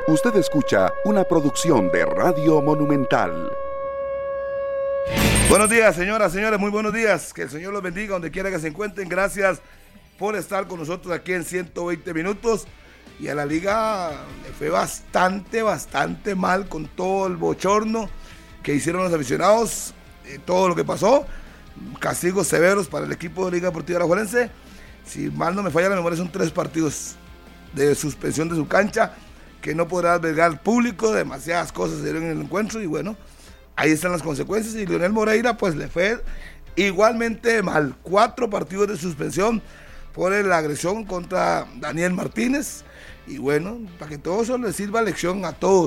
Usted escucha una producción de Radio Monumental. Buenos días, señoras, señores, muy buenos días. Que el Señor los bendiga donde quiera que se encuentren. Gracias por estar con nosotros aquí en 120 minutos. Y a la liga le fue bastante mal con todo el bochorno que hicieron los aficionados, todo lo que pasó. Castigos severos para el equipo de Liga Deportiva Alajuelense. Si mal no me falla la memoria, son 3 partidos de suspensión de su cancha, que no podrá albergar público. Demasiadas cosas se dieron en el encuentro y bueno, ahí están las consecuencias. Y Leonel Moreira pues le fue igualmente mal. 4 partidos de suspensión por la agresión contra Daniel Martínez. Y bueno, para que todo eso les sirva lección a todos.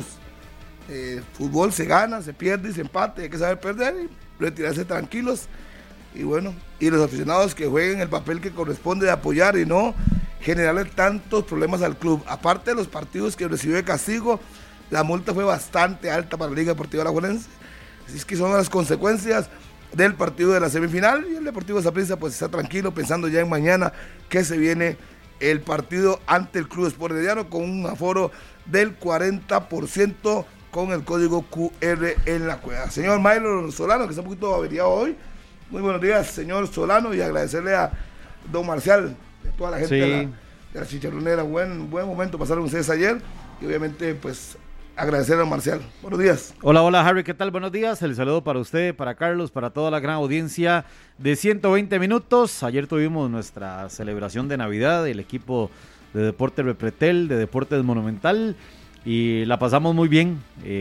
Fútbol se gana, se pierde y se empate. Hay que saber perder y retirarse tranquilos. Y bueno, y los aficionados que jueguen el papel que corresponde de apoyar y no generarle tantos problemas al club. Aparte de los partidos que recibió de castigo, la multa fue bastante alta para la Liga Deportiva Alajuelense. Así es que son las consecuencias del partido de la semifinal. Y el Deportivo Saprissa pues está tranquilo pensando ya en mañana que se viene el partido ante el Club Sport Herediano con un aforo del 40% con el código QR en la cueva. Señor Maylor Solano, que está un poquito averiado hoy. Muy buenos días, señor Solano, y agradecerle a don Marcial, de toda la gente de la chicharronera. Buen momento pasaron ustedes ayer y obviamente pues agradecer a don Marcial. Buenos días. Hola Harry, ¿qué tal? Buenos días, el saludo para usted, para Carlos, para toda la gran audiencia de 120 minutos. Ayer tuvimos nuestra celebración de Navidad, el equipo de Deportes Repretel, de Deportes Monumental, y la pasamos muy bien.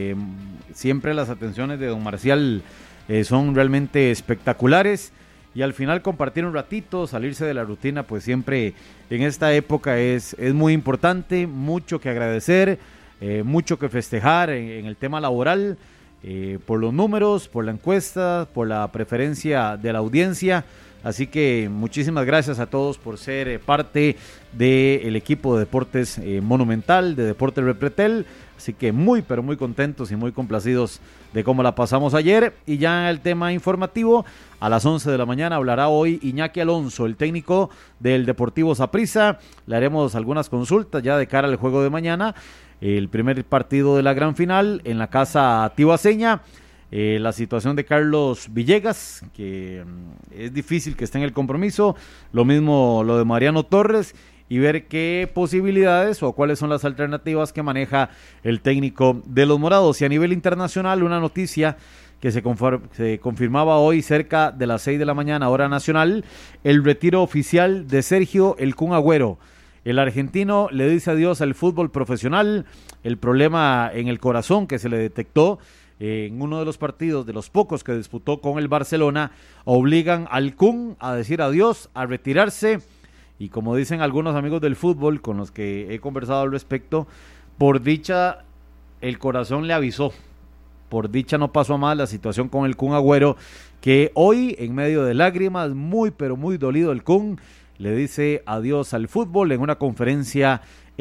Siempre las atenciones de don Marcial son realmente espectaculares, y al final compartir un ratito, salirse de la rutina, pues siempre en esta época es muy importante. Mucho que agradecer, mucho que festejar en el tema laboral, por los números, por la encuesta, por la preferencia de la audiencia. Así que muchísimas gracias a todos por ser parte del equipo de Deportes Monumental, de Deportes Repretel. Así que muy, pero muy contentos y muy complacidos de cómo la pasamos ayer. Y ya el tema informativo, a las 11 de la mañana hablará hoy Iñaki Alonso, el técnico del Deportivo Saprissa. Le haremos algunas consultas ya de cara al juego de mañana, el primer partido de la gran final en la casa tibaseña. La situación de Carlos Villegas, que es difícil que esté en el compromiso, lo mismo lo de Mariano Torres, y ver qué posibilidades o cuáles son las alternativas que maneja el técnico de los morados. Y a nivel internacional, una noticia que se confirmaba hoy cerca de las 6 de la mañana, hora nacional, el retiro oficial de Sergio El Kun Agüero. El argentino le dice adiós al fútbol profesional. El problema en el corazón que se le detectó en uno de los partidos, de los pocos que disputó con el Barcelona, obligan al Kun a decir adiós, a retirarse. Y como dicen algunos amigos del fútbol con los que he conversado al respecto, por dicha el corazón le avisó, por dicha no pasó a más la situación con el Kun Agüero, que hoy en medio de lágrimas, muy pero muy dolido el Kun, le dice adiós al fútbol en una conferencia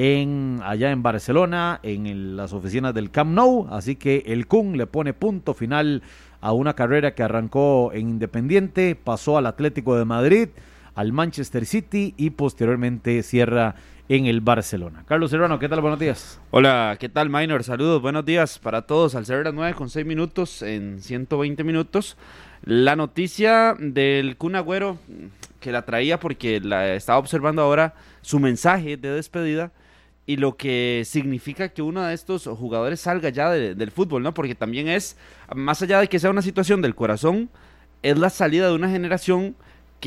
allá en Barcelona, en las oficinas del Camp Nou. Así que el Kun le pone punto final a una carrera que arrancó en Independiente, pasó al Atlético de Madrid, al Manchester City y posteriormente cierra en el Barcelona. Carlos Serrano, ¿qué tal? Buenos días. Hola, ¿qué tal, Minor? Saludos, buenos días para todos. Al ser las 9:06 en 120 minutos. La noticia del Kun Agüero, que la traía porque la estaba observando ahora, su mensaje de despedida, y lo que significa que uno de estos jugadores salga ya del fútbol, ¿no? Porque también es, más allá de que sea una situación del corazón, es la salida de una generación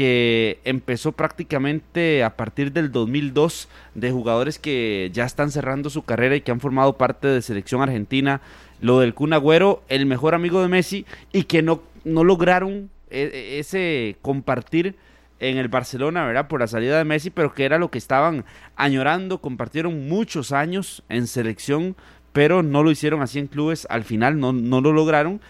que empezó prácticamente a partir del 2002, de jugadores que ya están cerrando su carrera y que han formado parte de selección argentina. Lo del Kun Agüero, el mejor amigo de Messi, y que no lograron ese compartir en el Barcelona, ¿verdad? Por la salida de Messi, pero que era lo que estaban añorando. Compartieron muchos años en selección, pero no lo hicieron así en clubes. Al final no lo lograron,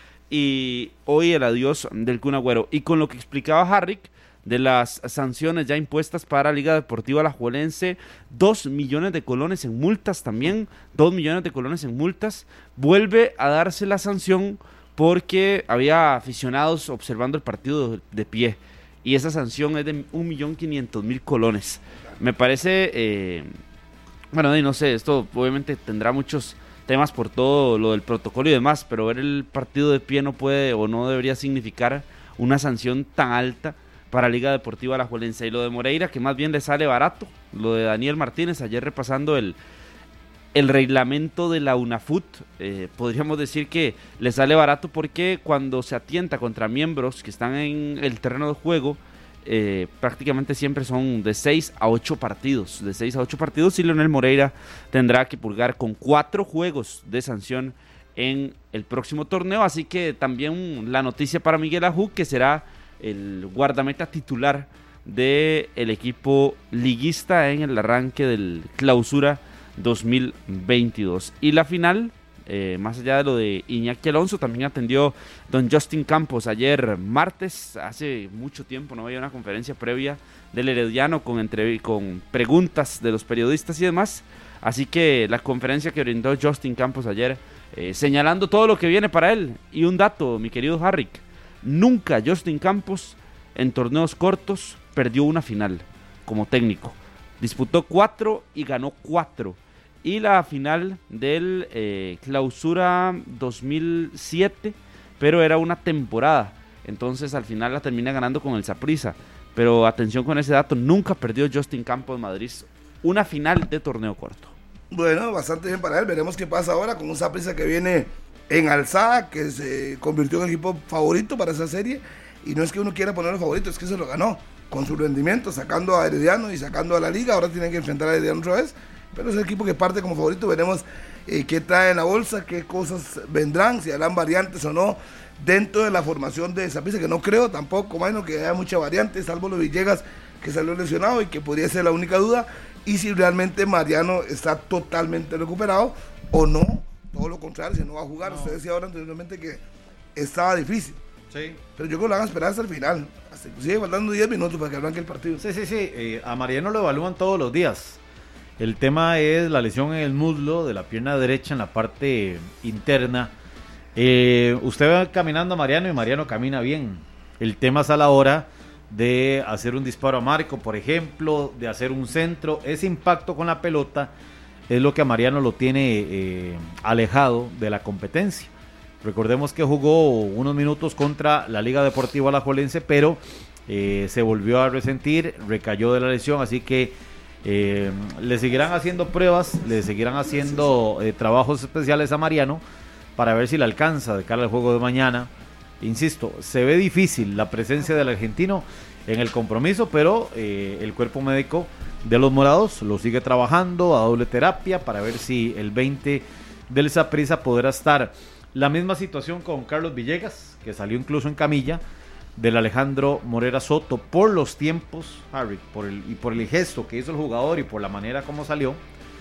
y hoy el adiós del Kun Agüero. Y con lo que explicaba Harrick de las sanciones ya impuestas para Liga Deportiva Alajuelense, 2 millones de colones en multas también, 2 millones de colones en multas. Vuelve a darse la sanción porque había aficionados observando el partido de pie, y esa sanción es de 1.500.000 colones. Me parece, bueno, no sé, esto obviamente tendrá muchos temas por todo lo del protocolo y demás, pero ver el partido de pie no puede o no debería significar una sanción tan alta para Liga Deportiva Alajuelense. Y lo de Moreira, que más bien le sale barato, lo de Daniel Martínez, ayer repasando el reglamento de la UNAFUT, podríamos decir que le sale barato porque cuando se atienta contra miembros que están en el terreno de juego, prácticamente siempre son de 6 a 8 partidos, y Leonel Moreira tendrá que purgar con 4 juegos de sanción en el próximo torneo, así que también la noticia para Miguel Ajú, que será el guardameta titular del equipo liguista en el arranque del Clausura 2022. Y la final, más allá de lo de Iñaki Alonso, también atendió don Justin Campos ayer martes. Hace mucho tiempo no había una conferencia previa del Herediano con preguntas de los periodistas y demás, así que la conferencia que brindó Justin Campos ayer, señalando todo lo que viene para él. Y un dato, mi querido Harrick: nunca Justin Campos en torneos cortos perdió una final como técnico. Disputó 4 y ganó 4. Y la final del Clausura 2007, pero era una temporada. Entonces al final la termina ganando con el Saprissa. Pero atención con ese dato, nunca perdió Justin Campos Madrid una final de torneo corto. Bueno, bastante bien para él. Veremos qué pasa ahora con un Saprissa que viene en alzada, que se convirtió en el equipo favorito para esa serie. Y no es que uno quiera ponerlo favorito, es que se lo ganó con su rendimiento, sacando a Herediano y sacando a la Liga. Ahora tienen que enfrentar a Herediano otra vez, pero es el equipo que parte como favorito. Veremos qué trae en la bolsa, qué cosas vendrán, si harán variantes o no dentro de la formación de Saprissa, que no creo tampoco, bueno, que haya mucha variante, salvo lo de Villegas, que salió lesionado y que podría ser la única duda, y si realmente Mariano está totalmente recuperado o no, todo lo contrario, si no va a jugar. Usted decía ahora anteriormente que estaba difícil. Sí. Pero yo creo que lo van a esperar hasta el final. Sigue faltando 10 minutos para que arranque el partido. Sí. A Mariano lo evalúan todos los días. El tema es la lesión en el muslo de la pierna derecha en la parte interna. Usted va caminando a Mariano y Mariano camina bien. El tema es a la hora de hacer un disparo a marco, por ejemplo, de hacer un centro. Ese impacto con la pelota es lo que a Mariano lo tiene alejado de la competencia. Recordemos que jugó unos minutos contra la Liga Deportiva Alajuelense, pero se volvió a resentir, recayó de la lesión, así que le seguirán haciendo pruebas, le seguirán haciendo trabajos especiales a Mariano para ver si le alcanza de cara al juego de mañana. Insisto, se ve difícil la presencia del argentino en el compromiso, pero el cuerpo médico de los morados lo sigue trabajando a doble terapia para ver si el 20 del Saprissa podrá estar. La misma situación con Carlos Villegas, que salió incluso en camilla, del Alejandro Morera Soto, por los tiempos, Harry, por el gesto que hizo el jugador y por la manera como salió.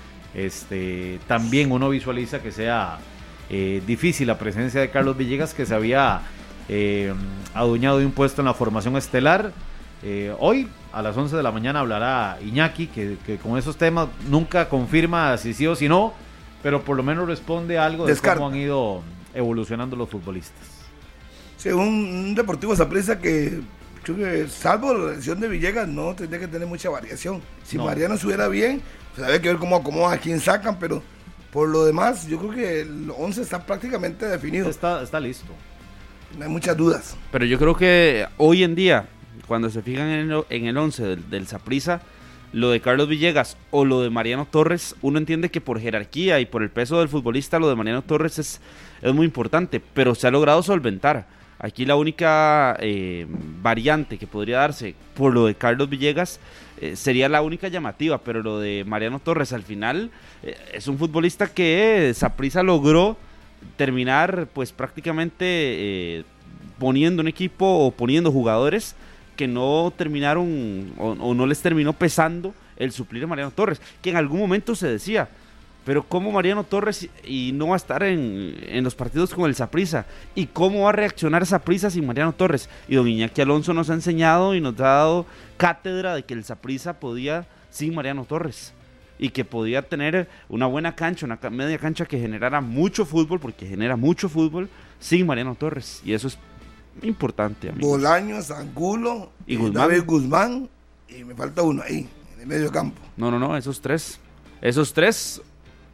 También uno visualiza que sea difícil la presencia de Carlos Villegas, que se había adueñado de un puesto en la formación estelar. Hoy a las 11 de la mañana hablará Iñaki, que con esos temas nunca confirma si sí o si no, pero por lo menos responde algo de cómo han ido evolucionando los futbolistas. Sí, un Deportivo Saprissa que, salvo la lesión de Villegas, no tendría que tener mucha variación. Si Mariano estuviera bien, pues había que ver cómo acomoda a quién sacan, pero por lo demás, yo creo que el 11 está prácticamente definido. Está listo. No hay muchas dudas. Pero yo creo que hoy en día, cuando se fijan en el 11 del Saprissa, lo de Carlos Villegas o lo de Mariano Torres, uno entiende que por jerarquía y por el peso del futbolista, lo de Mariano Torres es muy importante, pero se ha logrado solventar. Aquí la única variante que podría darse por lo de Carlos Villegas sería la única llamativa, pero lo de Mariano Torres al final es un futbolista que Saprissa logró terminar pues prácticamente poniendo un equipo o poniendo jugadores que no terminaron o no les terminó pesando el suplir a Mariano Torres, que en algún momento se decía, pero ¿cómo Mariano Torres y no va a estar en los partidos con el Saprissa? ¿Y cómo va a reaccionar Saprissa sin Mariano Torres? Y don Iñaki Alonso nos ha enseñado y nos ha dado cátedra de que el Saprissa podía sin Mariano Torres y que podía tener una buena cancha, una media cancha que generara mucho fútbol, porque genera mucho fútbol sin Mariano Torres, y eso es importante, amigos. Bolaños, Angulo y David Guzmán, y me falta uno ahí, en el medio campo. No, esos tres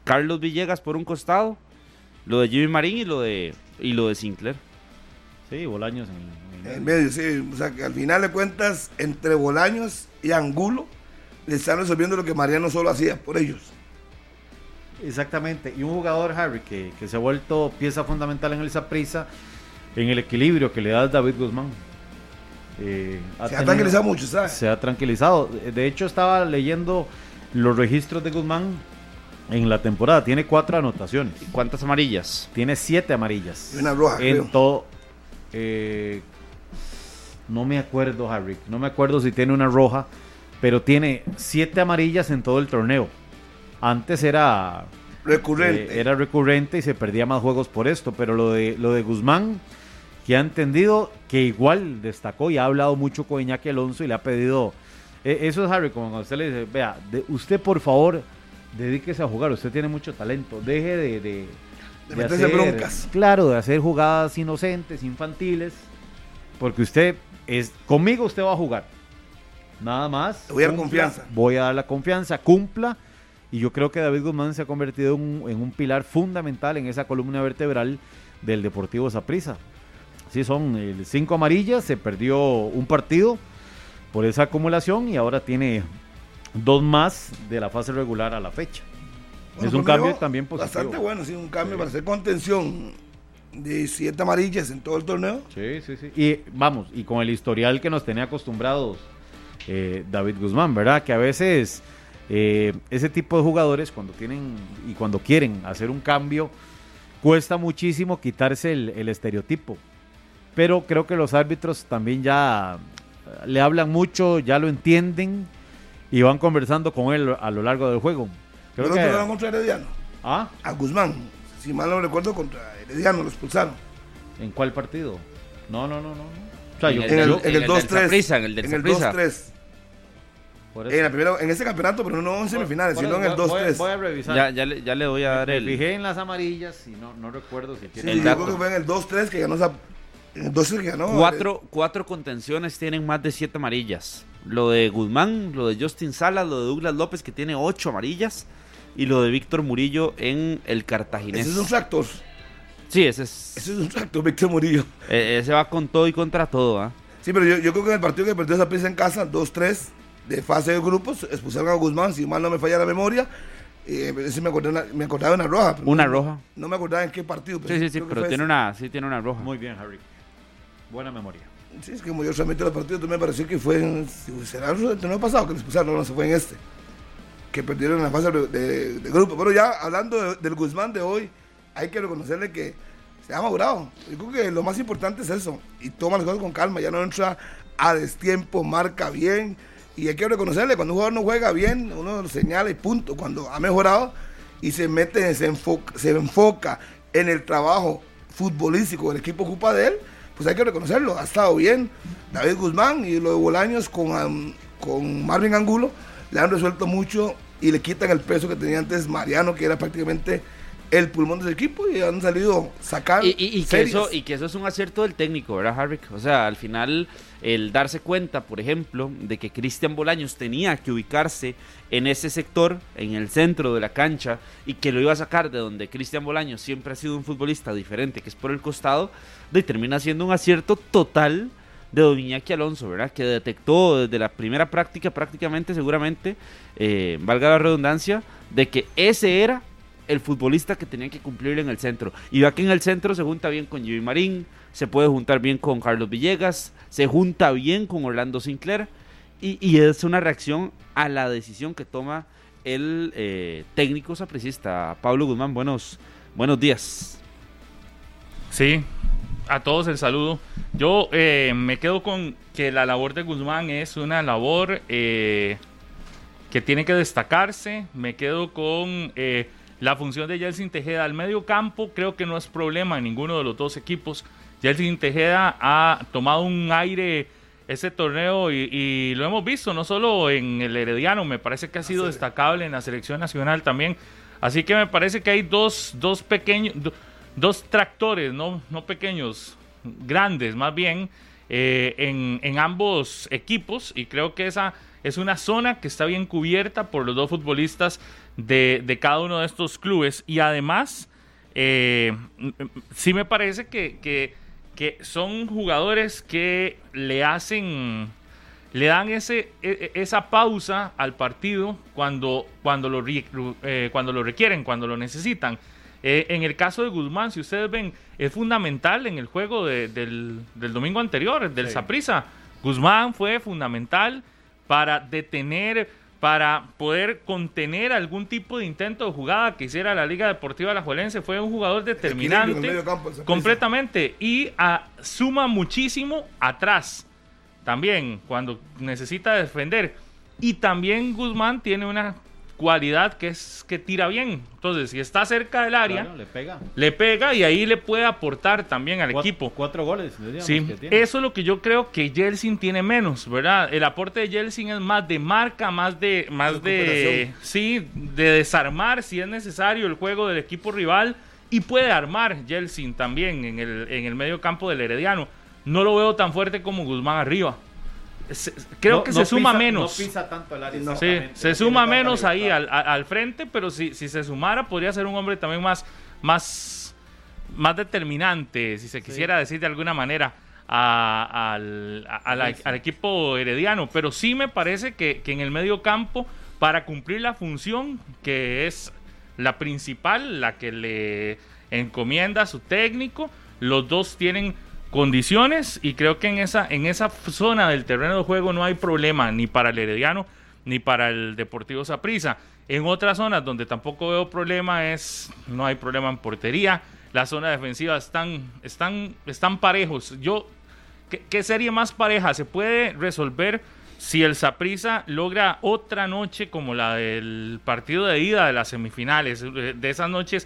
Carlos Villegas por un costado, lo de Jimmy Marín y lo de Sinclair. Sí, Bolaños en medio, sí. O sea, que al final de cuentas, entre Bolaños y Angulo, le están resolviendo lo que Mariano solo hacía por ellos. Exactamente, y un jugador, Harry, que se ha vuelto pieza fundamental en el Saprissa, en el equilibrio que le da David Guzmán. Se ha tranquilizado mucho, ¿sabes? Se ha tranquilizado. De hecho, estaba leyendo los registros de Guzmán en la temporada. Tiene 4 anotaciones. ¿Y cuántas amarillas? Tiene 7 amarillas. Y una roja, en creo. todo. No me acuerdo, Harry. No me acuerdo si tiene una roja, pero tiene 7 amarillas en todo el torneo. Antes era recurrente y se perdía más juegos por esto, pero lo de Guzmán, que ha entendido que igual destacó y ha hablado mucho con Iñaki Alonso y le ha pedido, eso es, Harry, como cuando usted le dice, vea, usted por favor dedíquese a jugar, usted tiene mucho talento, deje de meterse broncas. Claro, de hacer jugadas inocentes, infantiles, porque conmigo usted va a jugar, nada más. Te voy a dar confianza. Voy a dar la confianza, cumpla. Y yo creo que David Guzmán se ha convertido en un pilar fundamental en esa columna vertebral del Deportivo Saprissa. Sí, son 5 amarillas, se perdió un partido por esa acumulación y ahora tiene 2 más de la fase regular a la fecha. Bueno, es un cambio también positivo. Bastante bueno, sí, un cambio para hacer contención de 7 amarillas en todo el torneo. Sí. Y vamos, y con el historial que nos tenía acostumbrados David Guzmán, ¿verdad? Que a veces... ese tipo de jugadores cuando tienen y cuando quieren hacer un cambio cuesta muchísimo quitarse el estereotipo, pero creo que los árbitros también ya le hablan mucho, ya lo entienden y van conversando con él a lo largo del juego. Creo ¿No que lo pegaron contra Herediano? ¿Ah? A Guzmán, si mal no recuerdo, contra Herediano lo expulsaron. ¿En cuál partido? No. O sea, en el 2-3. En el del 2-3. En ese campeonato, pero no en semifinales, sino en el 2-3. Voy a revisar. Ya le voy a dar Me fijé en las amarillas y no recuerdo si tiene. Sí, yo creo que fue en el 2-3 que ganó. En el 2-3 que ganó. 4 contenciones tienen más de 7 amarillas. Lo de Guzmán, lo de Justin Salas, lo de Douglas López, que tiene 8 amarillas, y lo de Víctor Murillo en el Cartaginés. Ese es un tractor. Sí, ese es un tractor, Víctor Murillo. Ese va con todo y contra todo, ¿eh? Sí, pero yo creo que en el partido que perdió Saprissa en casa, 2-3, de fase de grupos, expulsaron a Guzmán, si mal no me falla la memoria. Ese me acordaba de una roja. Una roja. No me acordaba en qué partido. Sí, pero tiene una roja. Muy bien, Harry. Buena memoria. Sí, es que como yo solamente los partidos, me pareció que fue será el torneo pasado que les expulsaron, no se fue en este. Que perdieron en la fase de grupo. Pero ya hablando del Guzmán de hoy, hay que reconocerle que se ha madurado. Yo creo que lo más importante es eso. Y toma las cosas con calma, ya no entra a destiempo, marca bien. Y hay que reconocerle, cuando un jugador no juega bien, uno lo señala y punto. Cuando ha mejorado y se enfoca en el trabajo futbolístico que el equipo ocupa de él, pues hay que reconocerlo. Ha estado bien David Guzmán, y lo de Bolaños con Marvin Angulo le han resuelto mucho y le quitan el peso que tenía antes Mariano, que era prácticamente el pulmón del equipo, y han salido sacar y que eso es un acierto del técnico, ¿verdad, Harry? O sea, al final el darse cuenta, por ejemplo, de que Cristian Bolaños tenía que ubicarse en ese sector, en el centro de la cancha, y que lo iba a sacar de donde Cristian Bolaños siempre ha sido un futbolista diferente, que es por el costado, y termina siendo un acierto total de don Iñaki Alonso, ¿verdad? Que detectó desde la primera práctica prácticamente, seguramente, valga la redundancia, de que ese era el futbolista que tenía que cumplir en el centro. Y vea que en el centro se junta bien con Jimmy Marín, se puede juntar bien con Carlos Villegas, se junta bien con Orlando Sinclair, y es una reacción a la decisión que toma el técnico sapricista. Pablo Guzmán, buenos días. Sí, a todos el saludo. Yo me quedo con que la labor de Guzmán es una labor que tiene que destacarse. Me quedo con la función de Yeltsin Tejeda al medio campo. Creo que no es problema en ninguno de los dos equipos. Yeltsin Tejeda ha tomado un aire ese torneo y lo hemos visto, no solo en el Herediano, me parece que ha sido destacable en la selección nacional también. Así que me parece que hay dos tractores, no pequeños, grandes más bien, en ambos equipos, y creo que esa es una zona que está bien cubierta por los dos futbolistas de cada uno de estos clubes. Y además, sí me parece que son jugadores que le dan esa pausa al partido cuando lo requieren, cuando lo necesitan. En el caso de Guzmán, si ustedes ven, es fundamental en el juego del domingo anterior, del Saprissa. Guzmán fue fundamental para detener, para poder contener algún tipo de intento de jugada que hiciera la Liga Deportiva Alajuelense. Fue un jugador determinante completamente, y suma muchísimo atrás también cuando necesita defender. Y también Guzmán tiene una cualidad que es que tira bien. Entonces, si está cerca del área, claro, le pega y ahí le puede aportar también al equipo. 4 goles. Sí, eso es lo que yo creo que Yeltsin tiene menos, ¿verdad? El aporte de Yeltsin es más de marca, más de desarmar si es necesario el juego del equipo rival, y puede armar Yeltsin también en el medio campo del Herediano. No lo veo tan fuerte como Guzmán arriba. Creo que se suma menos. No pisa tanto el área. Sí, se suma menos ahí al frente, pero si se sumara podría ser un hombre también más determinante, si se quisiera decir de alguna manera, al equipo herediano. Pero sí me parece que en el medio campo, para cumplir la función que es la principal, la que le encomienda a su técnico, los dos tienen condiciones, y creo que en esa zona del terreno de juego no hay problema ni para el Herediano ni para el Deportivo Saprissa. En otras zonas donde tampoco veo problema no hay problema en portería. La zona defensiva están parejos. ¿Qué serie más pareja se puede resolver si el Saprissa logra otra noche como la del partido de ida de las semifinales, de esas noches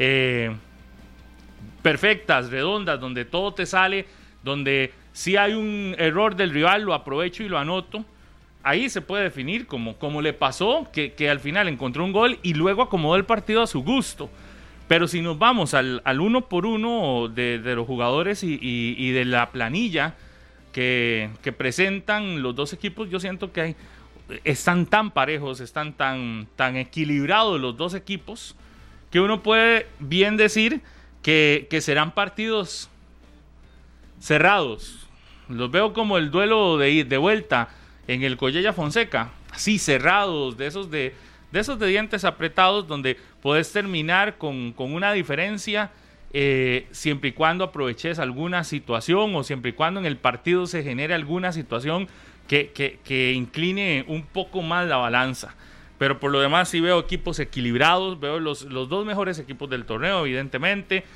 perfectas, redondas, donde todo te sale, donde si hay un error del rival lo aprovecho y lo anoto? Ahí se puede definir como le pasó, que al final encontró un gol y luego acomodó el partido a su gusto. Pero si nos vamos al uno por uno de los jugadores y de la planilla que presentan los dos equipos, yo siento que están tan parejos, están tan equilibrados los dos equipos, que uno puede bien decir que serán partidos cerrados. Los veo como el duelo de vuelta en el Collella Fonseca, así cerrados, de esos de dientes apretados, donde puedes terminar con una diferencia, siempre y cuando aproveches alguna situación, o siempre y cuando en el partido se genere alguna situación que incline un poco más la balanza. Pero por lo demás sí veo equipos equilibrados, veo los dos mejores equipos del torneo, evidentemente,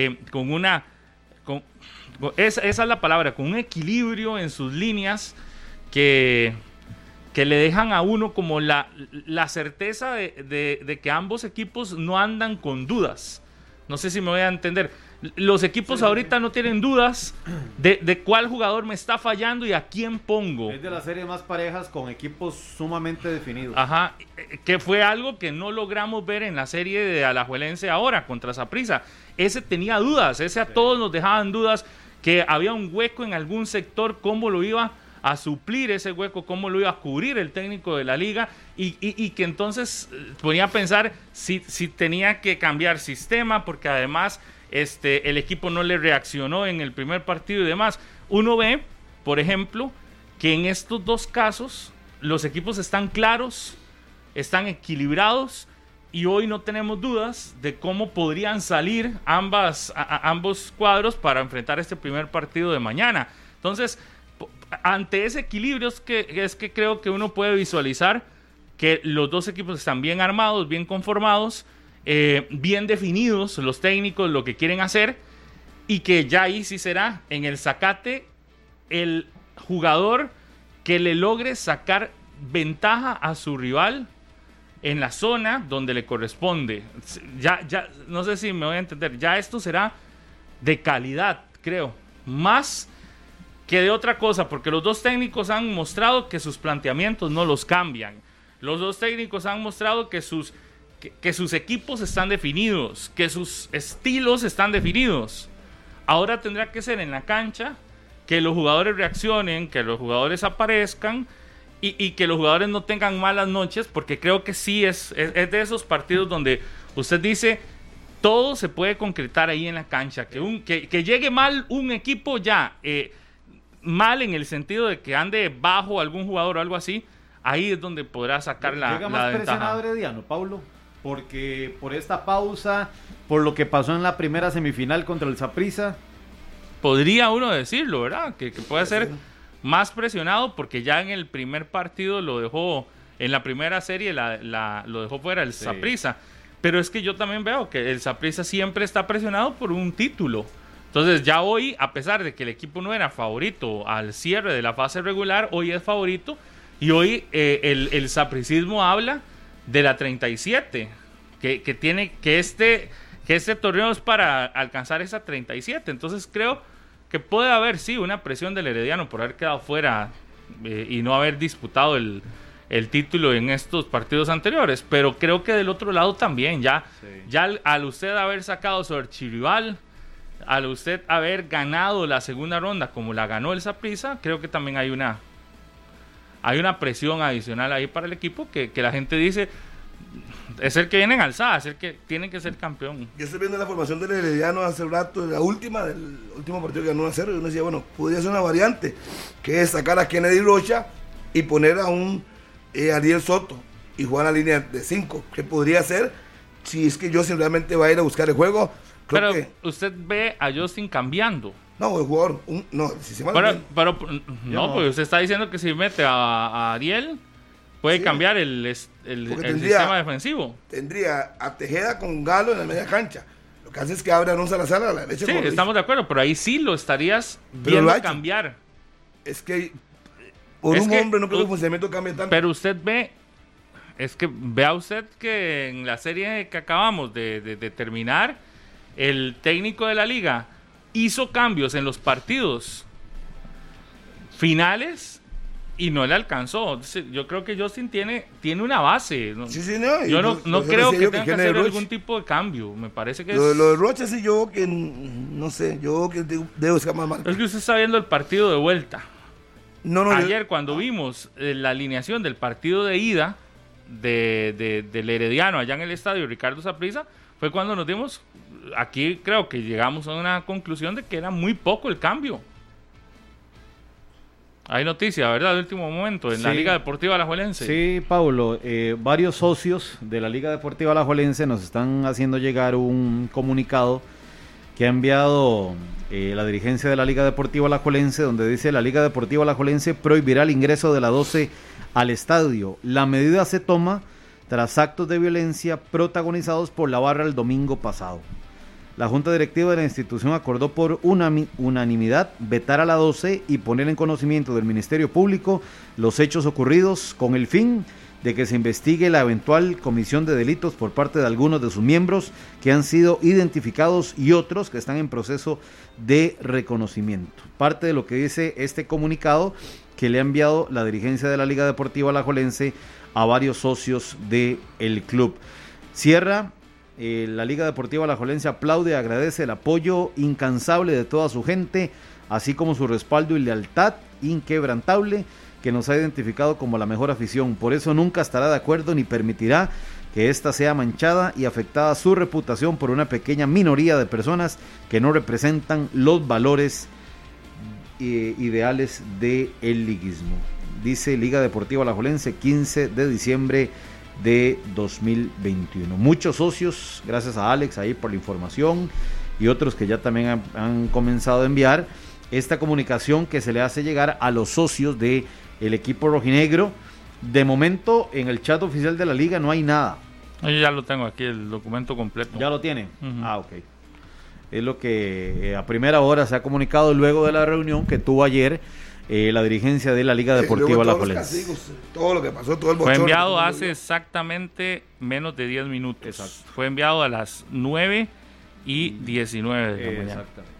esa es la palabra, con un equilibrio en sus líneas que le dejan a uno como la certeza de que ambos equipos no andan con dudas. No sé si me voy a entender. Los equipos ahorita no tienen dudas de cuál jugador me está fallando y a quién pongo. Es de las series más parejas con equipos sumamente definidos. Ajá, que fue algo que no logramos ver en la serie de Alajuelense ahora contra Saprissa. Ese tenía dudas, a todos nos dejaban dudas, que había un hueco en algún sector, cómo lo iba a suplir ese hueco, cómo lo iba a cubrir el técnico de la liga, y que entonces ponía a pensar si tenía que cambiar sistema, porque además el equipo no le reaccionó en el primer partido y demás. Uno ve, por ejemplo, que en estos dos casos los equipos están claros, están equilibrados, y hoy no tenemos dudas de cómo podrían salir ambos cuadros para enfrentar este primer partido de mañana. Entonces, ante ese equilibrio es que creo que uno puede visualizar que los dos equipos están bien armados, bien conformados, bien definidos los técnicos, lo que quieren hacer, y que ya ahí sí será en el zacate el jugador que le logre sacar ventaja a su rival en la zona donde le corresponde. Ya no sé si me voy a entender, ya esto será de calidad, creo, más que de otra cosa, porque los dos técnicos han mostrado que sus planteamientos no los cambian. Los dos técnicos han mostrado que sus equipos están definidos, que sus estilos están definidos. Ahora tendrá que ser en la cancha, que los jugadores reaccionen, que los jugadores aparezcan, y que los jugadores no tengan malas noches, porque creo que sí es de esos partidos donde usted dice, todo se puede concretar ahí en la cancha, que llegue mal un equipo ya, mal en el sentido de que ande bajo algún jugador o algo así, ahí es donde podrá sacar la Llega más ventaja. presionado Herediano, Paulo, porque por esta pausa, por lo que pasó en la primera semifinal contra el Saprissa. Podría uno decirlo, ¿verdad? Que puede ser más presionado porque ya en el primer partido lo dejó, en la primera serie lo dejó fuera el Saprissa. Pero es que yo también veo que el Saprissa siempre está presionado por un título. Entonces ya hoy, a pesar de que el equipo no era favorito al cierre de la fase regular, hoy es favorito. Y hoy el sapricismo habla de la 37, que este torneo es para alcanzar esa 37. Entonces creo que puede haber, sí, una presión del Herediano por haber quedado fuera y no haber disputado el título en estos partidos anteriores. Pero creo que del otro lado también, ya al usted haber sacado su archirrival, al usted haber ganado la segunda ronda como la ganó el Saprissa, creo que también hay una presión adicional ahí para el equipo que la gente dice es el que viene en alzada, es el que tiene que ser campeón. Yo estoy viendo la formación del Herediano hace un rato, del último partido que ganó 1-0, y uno decía, bueno, podría ser una variante, que es sacar a Kennedy Rocha y poner a un Ariel Soto y jugar la línea de 5, que podría ser, si es que Justin realmente va a ir a buscar el juego. Pero usted ve a Justin cambiando. No, el jugador, si se no, pues usted está diciendo que si mete a Ariel puede cambiar el sistema defensivo. Tendría a Tejeda con Galo en la media cancha. Lo que hace es que abre a un Salazar a la derecha. Sí, estamos de acuerdo, pero ahí sí lo estarías viendo cambiar. Es que hombre no creo que el funcionamiento cambie tanto. Pero usted vea usted que en la serie que acabamos de terminar, el técnico de la liga hizo cambios en los partidos finales y no le alcanzó. Entonces, yo creo que Justin tiene una base. Yo no creo que tenga que hacer algún tipo de cambio. Me parece que lo de Rocha sí, yo que no sé, yo que debo escapar más. Es que usted está viendo el partido de vuelta. Ayer cuando vimos vimos la alineación del partido de ida del Herediano allá en el estadio Ricardo Saprissa, fue cuando nos dimos, aquí creo que llegamos a una conclusión de que era muy poco el cambio. Hay noticia, ¿verdad? De último momento en la Liga Deportiva Alajuelense. Sí, Paulo, varios socios de la Liga Deportiva Alajuelense nos están haciendo llegar un comunicado que ha enviado la dirigencia de la Liga Deportiva Alajuelense, donde dice: la Liga Deportiva Alajuelense prohibirá el ingreso de la 12 al estadio. La medida se toma tras actos de violencia protagonizados por la barra el domingo pasado. La Junta Directiva de la institución acordó por unanimidad vetar a la 12 y poner en conocimiento del Ministerio Público los hechos ocurridos, con el fin de que se investigue la eventual comisión de delitos por parte de algunos de sus miembros que han sido identificados y otros que están en proceso de reconocimiento. Parte de lo que dice este comunicado que le ha enviado la dirigencia de la Liga Deportiva Alajuelense a varios socios del club. Cierra la Liga Deportiva Alajuelense, aplaude y agradece el apoyo incansable de toda su gente, así como su respaldo y lealtad inquebrantable que nos ha identificado como la mejor afición. Por eso nunca estará de acuerdo ni permitirá que ésta sea manchada y afectada su reputación por una pequeña minoría de personas que no representan los valores ideales del liguismo. Dice Liga Deportiva Alajuelense, 15 de diciembre de 2021. Muchos socios, gracias a Alex ahí por la información, y otros que ya también han comenzado a enviar esta comunicación que se le hace llegar a los socios del equipo rojinegro. De momento en el chat oficial de la liga no hay nada. Yo ya lo tengo aquí, el documento completo. ¿Ya lo tienen? Ok. Es lo que a primera hora se ha comunicado luego de la reunión que tuvo ayer la dirigencia de la Liga Deportiva Alajuelense. Todo lo que pasó, todo el bochorno. Fue enviado hace exactamente menos de 10 minutos. Exacto. Fue enviado a las 9:19 de la mañana. Exactamente.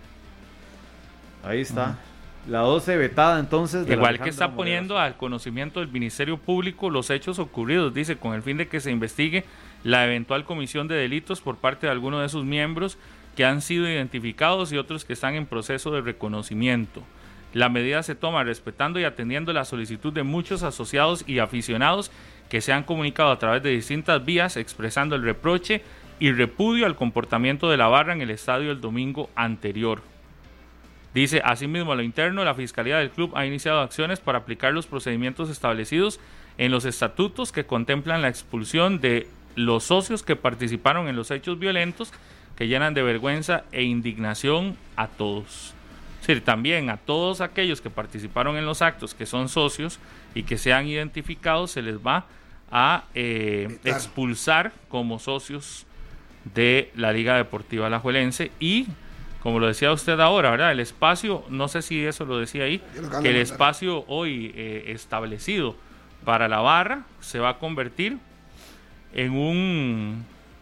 Ahí está. La 12 vetada entonces. Igual que está poniendo al conocimiento del Ministerio Público los hechos ocurridos, dice, con el fin de que se investigue la eventual comisión de delitos por parte de algunos de sus miembros que han sido identificados y otros que están en proceso de reconocimiento. La medida se toma respetando y atendiendo la solicitud de muchos asociados y aficionados que se han comunicado a través de distintas vías expresando el reproche y repudio al comportamiento de la barra en el estadio el domingo anterior. Dice, asimismo, a lo interno, la Fiscalía del club ha iniciado acciones para aplicar los procedimientos establecidos en los estatutos que contemplan la expulsión de los socios que participaron en los hechos violentos que llenan de vergüenza e indignación a todos. Es decir, también a todos aquellos que participaron en los actos que son socios y que sean identificados se les va a expulsar como socios de la Liga Deportiva Alajuelense. Y como lo decía usted ahora, ¿verdad? El espacio, no sé si eso lo decía ahí, que el espacio hoy establecido para la barra se va a convertir en un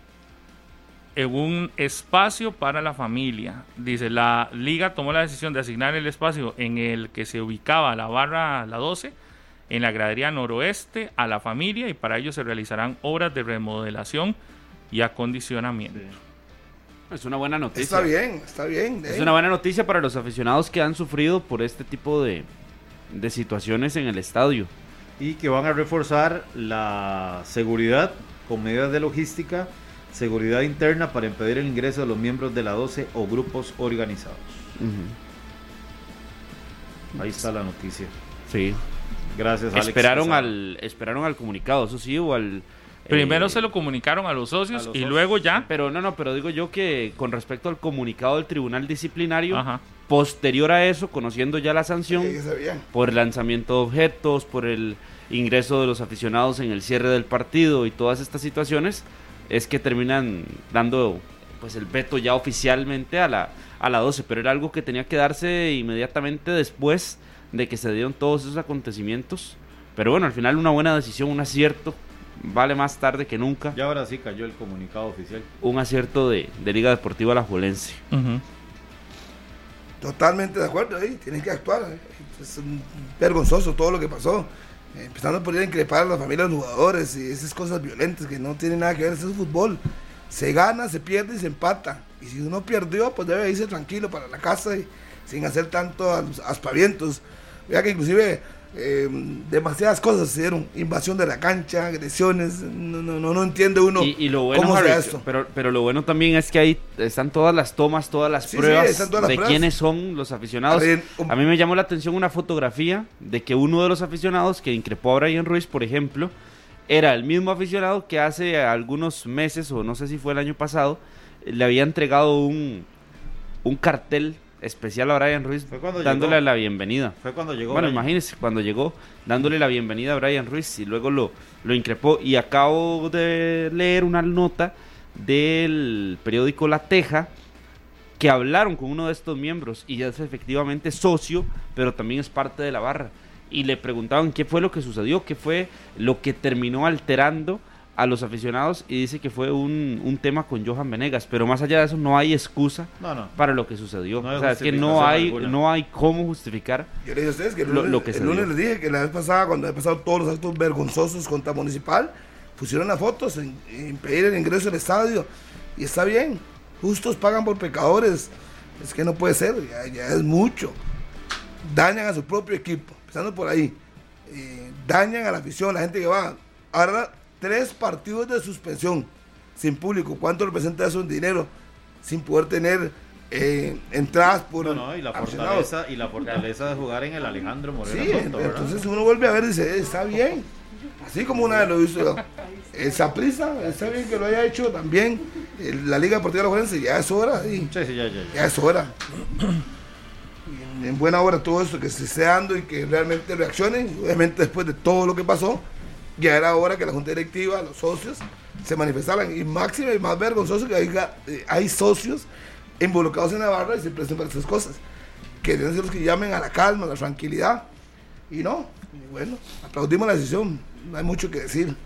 espacio para la familia. Dice, la liga tomó la decisión de asignar el espacio en el que se ubicaba la barra La 12 en la gradería noroeste a la familia, y para ello se realizarán obras de remodelación y acondicionamiento. Sí. Es una buena noticia. Está bien. Es una buena noticia para los aficionados que han sufrido por este tipo de situaciones en el estadio. Y que van a reforzar la seguridad con medidas de logística, seguridad interna para impedir el ingreso de los miembros de la 12 o grupos organizados. Ahí está la noticia. Sí. Gracias, Alex. Esperaron al comunicado, eso sí, o al... Primero se lo comunicaron a los socios y luego ya... Pero digo yo que con respecto al comunicado del Tribunal Disciplinario, posterior a eso, conociendo ya la sanción, por el lanzamiento de objetos, por el ingreso de los aficionados en el cierre del partido y todas estas situaciones, es que terminan dando pues el veto ya oficialmente a la 12, pero era algo que tenía que darse inmediatamente después de que se dieron todos esos acontecimientos. Pero bueno, al final una buena decisión, un acierto, vale más tarde que nunca. Ya ahora sí cayó el comunicado oficial. Un acierto de Liga Deportiva Alajuelense. Totalmente de acuerdo, tienen que actuar. Es vergonzoso todo lo que pasó. Empezando por ir a increpar a la familia de los jugadores y esas cosas violentas que no tienen nada que ver. Eso es fútbol. Se gana, se pierde y se empata. Y si uno perdió, pues debe irse tranquilo para la casa y sin hacer tanto aspavientos. Vea que inclusive demasiadas cosas se dieron, invasión de la cancha, agresiones, no entiende uno y lo bueno, cómo Harry, sea esto. Pero lo bueno también es que ahí están todas las tomas, todas las pruebas están todas las de pruebas. Quiénes son los aficionados. A mí me llamó la atención una fotografía de que uno de los aficionados que increpó a Brian Ruiz, por ejemplo, era el mismo aficionado que hace algunos meses, o no sé si fue el año pasado, le había entregado un cartel especial a Brian Ruiz, dándole la bienvenida. Fue cuando llegó. Bueno, imagínense, cuando llegó, dándole la bienvenida a Brian Ruiz, y luego lo increpó. Y acabo de leer una nota del periódico La Teja, que hablaron con uno de estos miembros, y es efectivamente socio, pero también es parte de la barra. Y le preguntaban qué fue lo que sucedió, qué fue lo que terminó alterando a los aficionados, y dice que fue un tema con Johan Venegas, pero más allá de eso no hay excusa para lo que sucedió. O sea, es que no hay cómo justificar. Yo le dije a ustedes que el lunes les dije que la vez pasada, cuando había pasado todos los actos vergonzosos contra Municipal, pusieron las fotos en impedir el ingreso al estadio, y está bien, justos pagan por pecadores. Es que no puede ser, ya es mucho. Dañan a su propio equipo, empezando por ahí, dañan a la afición, la gente que va. Ahora 3 partidos de suspensión sin público. ¿Cuánto representa eso en dinero? Sin poder tener entradas por y la fortaleza de jugar en el Alejandro Moreno. Sí, entonces uno vuelve a ver y dice, está bien. Así como una vez lo hizo Saprissa, está bien que lo haya hecho también la Liga Deportiva Alajuelense. Ya es hora. Ya es hora. En buena hora todo esto que se esté dando y que realmente reaccionen. Obviamente después de todo lo que pasó, ya era hora que la junta directiva, los socios, se manifestaran. Y máximo y más vergonzoso que hay socios involucrados en la barra y se presten para estas cosas. Que deben ser los que llamen a la calma, a la tranquilidad. Y no, y bueno, aplaudimos la decisión. No hay mucho que decir.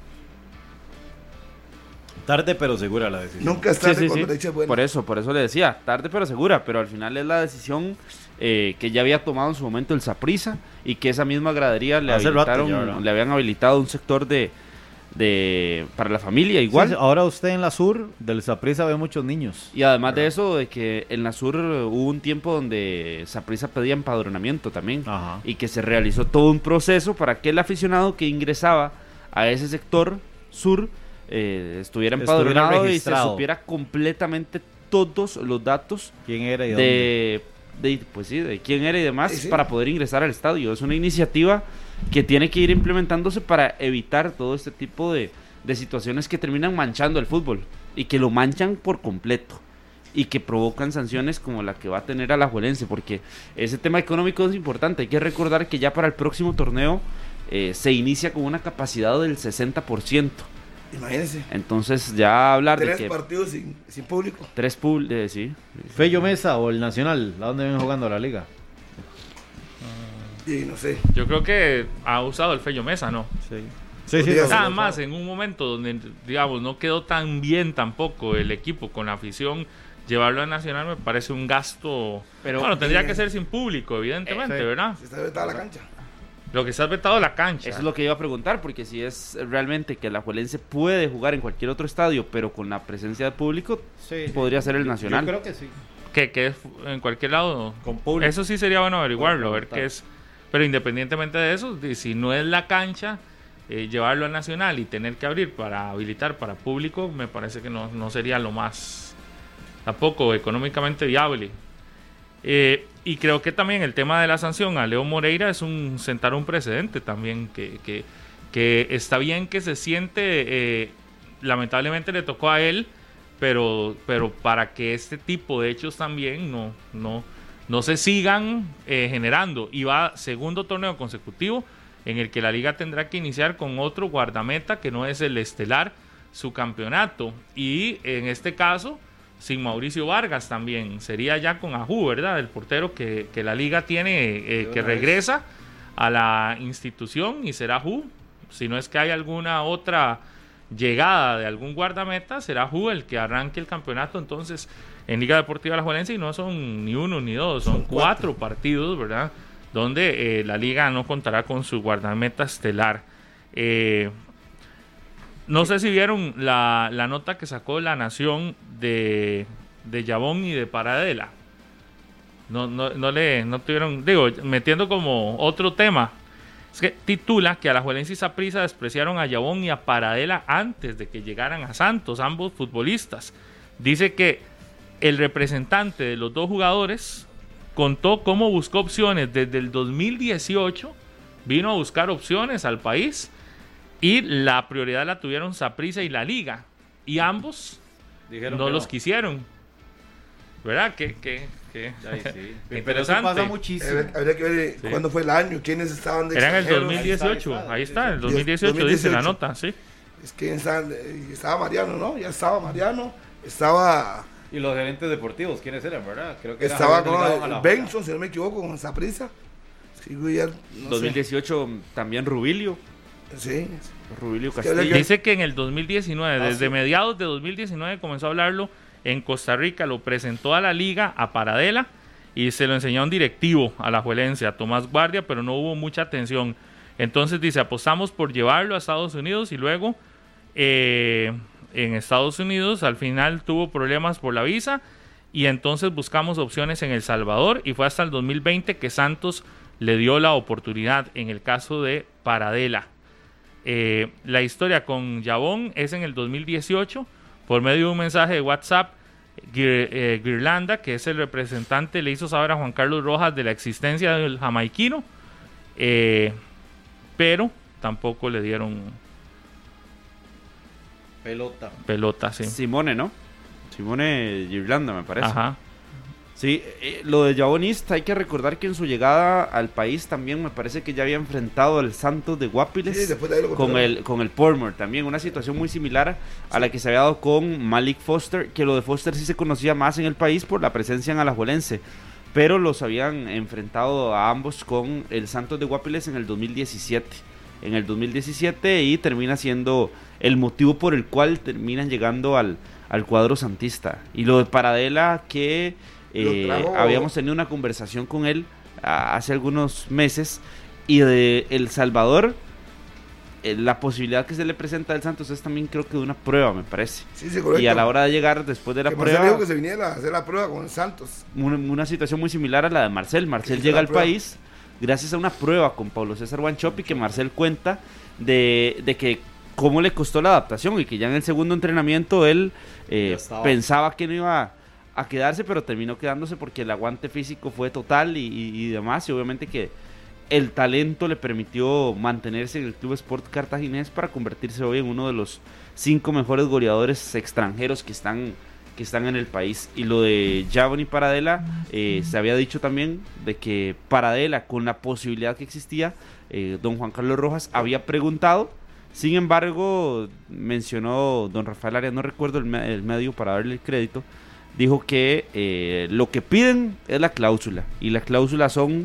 Tarde pero segura la decisión. Nunca es tarde cuando la dicha es buena. Por eso le decía, tarde pero segura, pero al final es la decisión que ya había tomado en su momento el Saprissa, y que esa misma gradería le habían habilitado un sector de para la familia igual. Sí, ahora usted en la sur del Saprissa ve muchos niños. Y además de eso, de que en la sur hubo un tiempo donde Saprissa pedía empadronamiento también. Ajá. Y que se realizó todo un proceso para que el aficionado que ingresaba a ese sector sur estuviera empadronado y se registrado. supiera completamente todos los datos ¿Quién era y dónde? de quién era y demás, Sí. para poder ingresar al estadio. Es una iniciativa que tiene que ir implementándose para evitar todo este tipo de situaciones que terminan manchando el fútbol y que lo manchan por completo y que provocan sanciones como la que va a tener Alajuelense, porque ese tema económico es importante. Hay que recordar que ya para el próximo torneo se inicia con una capacidad del 60%. Imagínense. Entonces ya hablar de 3 que partidos sin público. sí. Fello Mesa o el Nacional, ¿a dónde ven jugando la liga? Y no sé. Yo creo que ha usado el Fello Mesa, ¿no? Sí, Podría ser. Nada más en un momento donde, digamos, no quedó tan bien tampoco el equipo con la afición, llevarlo a Nacional me parece un gasto. Pero- bueno, tendría que ser sin público, evidentemente, sí. ¿verdad? Se está vetada la cancha. Lo que se ha vetado la cancha. Eso es lo que iba a preguntar, porque si es realmente que el Alajuelense puede jugar en cualquier otro estadio, pero con la presencia de público, podría ser el Nacional. Yo creo que sí. Que es en cualquier lado. Con público. Eso sí sería bueno averiguarlo, a ver Preguntar. qué es. Pero independientemente de eso, si no es la cancha, llevarlo al Nacional y tener que abrir para habilitar para público, me parece que no sería lo más, tampoco económicamente viable. Y creo que también el tema de la sanción a Leo Moreira es sentar un precedente también, que está bien que se siente, lamentablemente le tocó a él, pero para que este tipo de hechos también no se sigan generando. Y va segundo torneo consecutivo en el que la liga tendrá que iniciar con otro guardameta que no es el estelar, su campeonato. Y en este caso, sin Mauricio Vargas también. Sería ya con Ajú, ¿verdad? El portero que la liga tiene, que regresa a la institución, y será Ajú. Si no es que hay alguna otra llegada de algún guardameta, será Ajú el que arranque el campeonato. Entonces, en Liga Deportiva Alajuelense, y no son ni uno ni dos, son 4 partidos, ¿verdad? Donde la liga no contará con su guardameta estelar. No sé si vieron la nota que sacó La Nación de Yabón y de Paradela. No tuvieron, digo, metiendo como otro tema. Es que titula que Alajuelense y Saprissa despreciaron a Yabón y a Paradela antes de que llegaran a Santos, ambos futbolistas. Dice que el representante de los dos jugadores contó cómo buscó opciones desde el 2018, vino a buscar opciones al país, y la prioridad la tuvieron Saprissa y la liga, y ambos Dijeron no que los quisieron, ¿verdad? Que Ay, sí. Pero eso interesante. pasa muchísimo. Habría que ver Sí. cuándo fue el año, quiénes estaban de Era en el extranjeros. 2018, ahí está, el 2018 dice la nota, sí. Es que estaba Mariano, ¿no? Ya estaba Mariano, estaba Y los gerentes deportivos, ¿quiénes eran, verdad? Creo que eran estaba Javier Delgado con Malahola. Benson, si no me equivoco, con Saprissa. Sí, güey, ya, no 2018 también Rubilio sé. Sí. Rubilio que habría Castillo. que- Dice que en el 2019, desde sí. mediados de 2019 comenzó a hablarlo en Costa Rica, lo presentó a la liga, a Paradela, y se lo enseñó a un directivo, a la Alajuelense, a Tomás Guardia, pero no hubo mucha atención. Entonces dice, apostamos por llevarlo a Estados Unidos, y luego en Estados Unidos al final tuvo problemas por la visa, y entonces buscamos opciones en El Salvador, y fue hasta el 2020 que Santos le dio la oportunidad en el caso de Paradela. La historia con Yabón es en el 2018, por medio de un mensaje de WhatsApp. Guirlanda, que es el representante, le hizo saber a Juan Carlos Rojas de la existencia del jamaiquino, pero tampoco le dieron pelota, sí. Simone, ¿no? Simone Irlanda, me parece. Ajá. Sí, lo de Jabonista, hay que recordar que en su llegada al país también me parece que ya había enfrentado al Santos de Guapiles, Sí, después de ahí lo con contrataron. el Portmore también, una situación muy similar a la que se había dado con Malik Foster, que lo de Foster sí se conocía más en el país por la presencia en Alajuelense, pero los habían enfrentado a ambos con el Santos de Guapiles en el 2017, y termina siendo el motivo por el cual terminan llegando al cuadro santista. Y lo de Paradela, que habíamos tenido una conversación con él hace algunos meses, y de El Salvador la posibilidad que se le presenta al Santos es también creo que de una prueba, me parece. Sí, correcto. Y a la hora de llegar después de la que prueba... Marcel dijo que se viniera a hacer la prueba con el Santos. Una situación muy similar a la de Marcel. Marcel Sí, llega la al prueba. país gracias a una prueba con Pablo César Wanchope, que Marcel cuenta de que cómo le costó la adaptación y que ya en el segundo entrenamiento él pensaba que no iba a quedarse, pero terminó quedándose porque el aguante físico fue total y demás, y obviamente que el talento le permitió mantenerse en el Club Sport Cartaginés para convertirse hoy en uno de los 5 mejores goleadores extranjeros que están en el país. Y lo de Giovanni Paradela, se había dicho también de que Paradela, con la posibilidad que existía, don Juan Carlos Rojas había preguntado. Sin embargo, mencionó don Rafael Arias, no recuerdo el medio para darle el crédito, dijo que lo que piden es la cláusula, y la cláusula son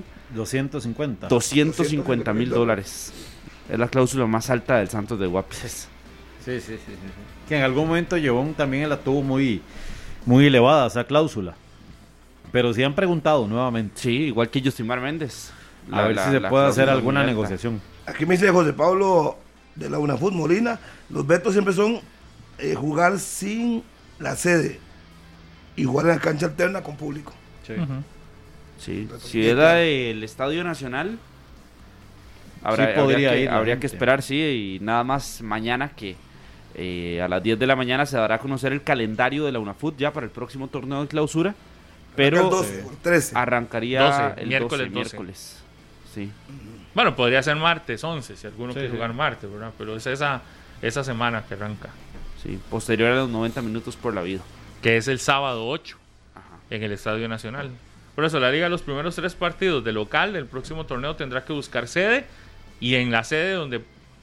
250 mil dólares. Es la cláusula más alta del Santos de Guapes. Sí. Que en algún momento Llevón también la tuvo muy elevada esa cláusula. Pero sí han preguntado nuevamente. Sí, igual que Justimar Méndez. A ver si se puede hacer alguna negociación. Aquí me dice José Pablo de la UNAFUT Molina, los vetos siempre son jugar sin la sede y jugar en la cancha alterna con público. Sí. Sí, si era el Estadio Nacional, habría que esperar, sí, y nada más mañana que a las 10 de la mañana se dará a conocer el calendario de la UNAFUT ya para el próximo torneo de clausura, pero el 12, 13. arrancaría 12, el miércoles. Sí. Bueno, podría ser martes 11, si alguno quiere jugar martes, ¿verdad? Pero es esa semana que arranca. Sí, posterior a los 90 minutos por la vida. Que es el sábado 8, en el Estadio Nacional. Por eso la Liga, los primeros 3 partidos de local del próximo torneo tendrá que buscar sede, y en la sede donde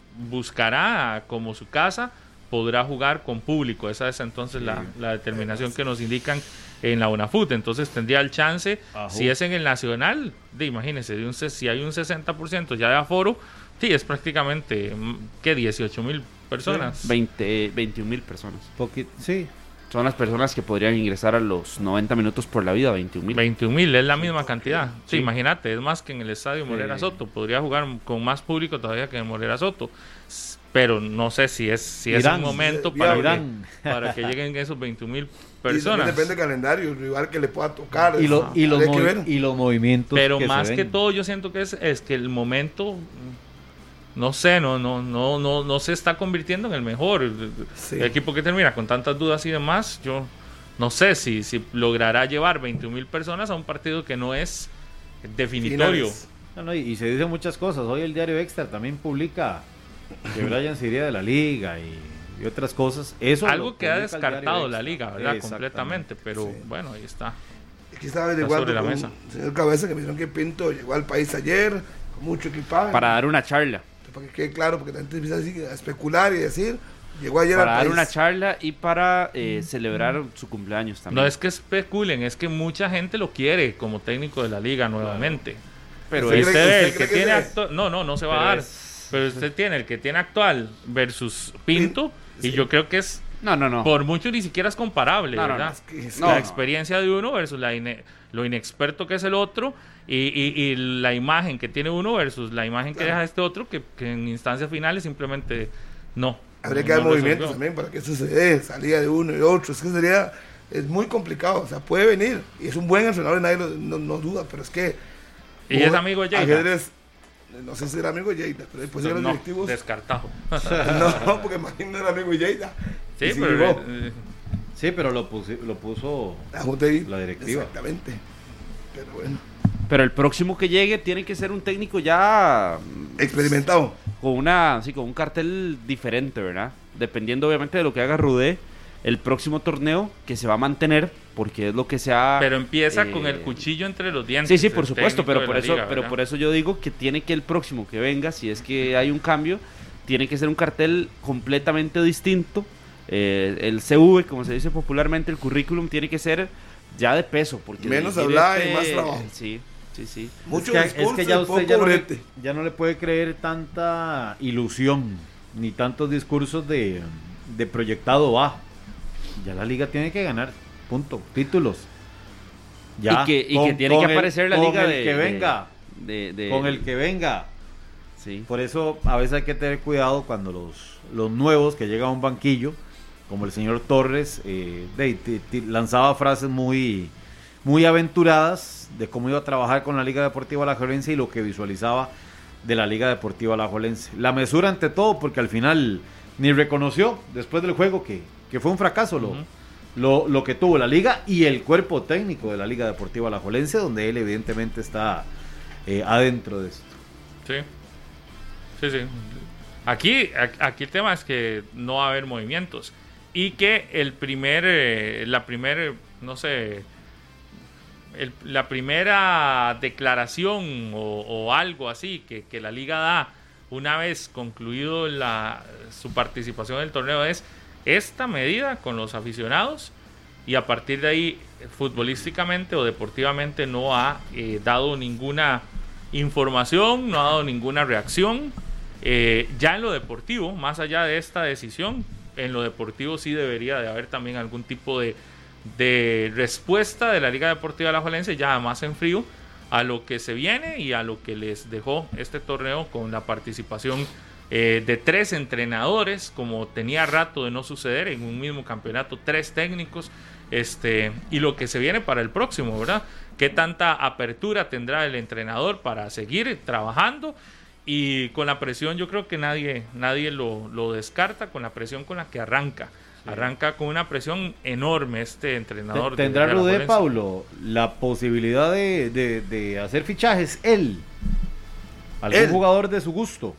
buscará como su casa podrá jugar con público. Esa es entonces la determinación que nos indican en la UNAFUT. Entonces tendría el chance, si es en el Nacional, imagínense, si hay un 60% ya de aforo, sí, es prácticamente, ¿qué? 18,000 personas. 21,000 personas. Sí. Son las personas que podrían ingresar a los 90 minutos por la vida, 21,000. 21,000 es la misma cantidad. Sí, imagínate, es más que en el estadio Morera Soto. Podría jugar con más público todavía que en Morera Soto. Pero no sé si es un momento para que lleguen esos 21,000 personas. Depende del calendario, el rival que le pueda tocar. Y los movimientos. Pero más que todo, yo siento que es que el momento, no sé, no se está convirtiendo en el mejor. Sí. El equipo que termina con tantas dudas y demás, yo no sé si logrará llevar 21,000 personas a un partido que no es definitorio. Y se dicen muchas cosas. Hoy el diario Extra también publica que Brian se iría de la liga y otras cosas. Eso algo que ha descartado la liga, ¿verdad? Completamente, pero bueno, ahí está. Aquí estaba averiguando con el señor Cabeza que me dijeron que Pinto llegó al país ayer con mucho equipaje. Para dar una charla. Para que quede claro, porque la gente empieza a especular y decir, llegó ayer para al país. Dar una charla y para celebrar su cumpleaños también. No es que especulen, es que mucha gente lo quiere como técnico de la liga nuevamente. Pero usted el que tiene actual, no se va a dar. Pero usted tiene el que tiene actual versus Pinto, y yo creo que es por mucho ni siquiera es comparable, ¿verdad? La experiencia de uno versus lo inexperto que es el otro, y la imagen que tiene uno versus la imagen que deja este otro, que en instancias finales simplemente no. Habría que dar movimientos también para que eso se dé, salida de uno y otro. Es que es muy complicado, o sea, puede venir, y es un buen entrenador y nadie no duda, pero es que... Y es amigo de Lleida. Ajedrez, no sé si era amigo de Lleida, pero después de los directivos... descartado. No, porque Magín no era amigo de Lleida. Sí, pero... pero lo puso la directiva. Exactamente. Pero bueno. Pero el próximo que llegue tiene que ser un técnico ya... experimentado. Con un cartel diferente, ¿verdad? Dependiendo obviamente de lo que haga Rudé, el próximo torneo que se va a mantener, porque es lo que se ha... Pero empieza con el cuchillo entre los dientes. Sí, por supuesto, pero por eso yo digo que tiene que el próximo que venga, si es que hay un cambio, tiene que ser un cartel completamente distinto. El CV, como se dice popularmente, el currículum tiene que ser ya de peso, porque menos hablar y más trabajo. Sí. Mucho es que ya usted ya no le puede creer tanta ilusión ni tantos discursos de proyectado bajo. Ya la liga tiene que ganar, punto, títulos. Ya, y que tiene que aparecer la liga con el que venga Sí. Por eso a veces hay que tener cuidado cuando los nuevos que llegan a un banquillo, como el señor Torres, lanzaba frases muy aventuradas de cómo iba a trabajar con la Liga Deportiva Alajuelense y lo que visualizaba de la Liga Deportiva Alajuelense. La mesura ante todo, porque al final ni reconoció después del juego que fue un fracaso lo que tuvo la Liga y el cuerpo técnico de la Liga Deportiva Alajuelense, donde él evidentemente está adentro de esto. Sí. Aquí el tema es que no va a haber movimientos y que la primera declaración o algo así que la liga da una vez concluido su participación en el torneo es esta medida con los aficionados, y a partir de ahí futbolísticamente o deportivamente no ha dado ninguna información, no ha dado ninguna reacción. Ya en lo deportivo, más allá de esta decisión, en lo deportivo sí debería de haber también algún tipo de respuesta de la Liga Deportiva Alajuelense, ya más en frío, a lo que se viene y a lo que les dejó este torneo con la participación de 3 entrenadores, como tenía rato de no suceder en un mismo campeonato, 3 técnicos, y lo que se viene para el próximo, ¿verdad? ¿Qué tanta apertura tendrá el entrenador para seguir trabajando? Y con la presión, yo creo que nadie lo descarta, con la presión con la que arranca. Sí. Arranca con una presión enorme este entrenador. ¿Tendrá Rudé, Paulo, la posibilidad de hacer fichajes él? ¿Algún jugador de su gusto?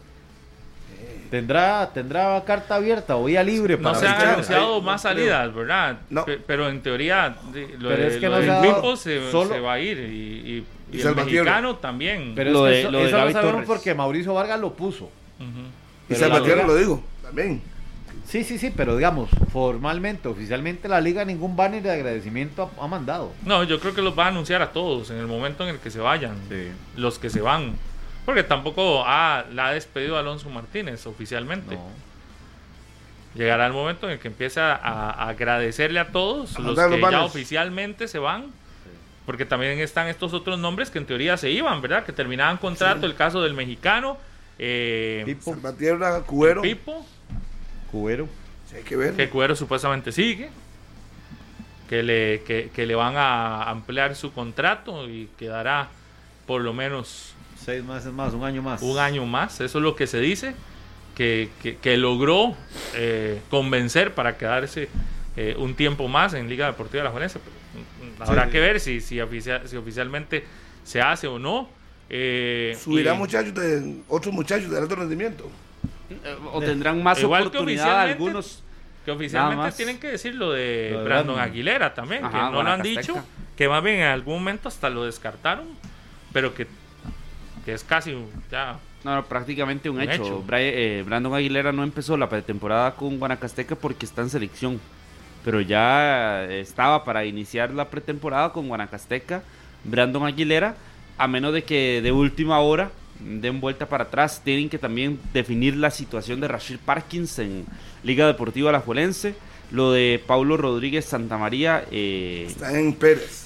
¿Tendrá carta abierta o vía libre para no se han fichar? anunciado más salidas, ¿verdad? No. Pero en teoría lo del Pipo se va a ir y el mexicano también. Pero lo eso de lo Gaby sabemos Torres. porque Mauricio Vargas lo puso. Y Salvatierra lo dijo también. Sí, pero digamos, formalmente, oficialmente la liga ningún banner de agradecimiento ha mandado. No, yo creo que los va a anunciar a todos en el momento en el que se vayan, los que se van. Porque tampoco la ha despedido Alonso Martínez oficialmente. No. Llegará el momento en el que empieza a agradecerle a todos los que ya oficialmente se van. Porque también están estos otros nombres que en teoría se iban, ¿verdad? Que terminaban contrato, sí. El caso del mexicano. Pipo. Salvatierra, Cubero. Pipo. Cubero. Sí, hay que ver. Que Cubero supuestamente sigue. Que le van a ampliar su contrato y quedará por lo menos 6 meses más, un año más. Un año más, eso es lo que se dice. Que logró convencer para quedarse un tiempo más en Liga Deportiva Alajuelense. Habrá que ver si oficialmente se hace o no. ¿Subirá otros muchachos de alto rendimiento? ¿O tendrán más oportunidad algunos? Que oficialmente tienen que decir lo de Brandon Aguilera también, que no lo han dicho, que más bien en algún momento hasta lo descartaron, pero que es casi ya... No, prácticamente un hecho. Brandon Aguilera no empezó la pretemporada con Guanacasteca porque está en selección, pero ya estaba para iniciar la pretemporada con Guanacasteca. Brandon Aguilera, a menos de que de última hora den vuelta para atrás, tienen que también definir la situación de Rashid Parkins en Liga Deportiva Alajuelense. Lo de Paulo Rodríguez Santamaría está en Pérez.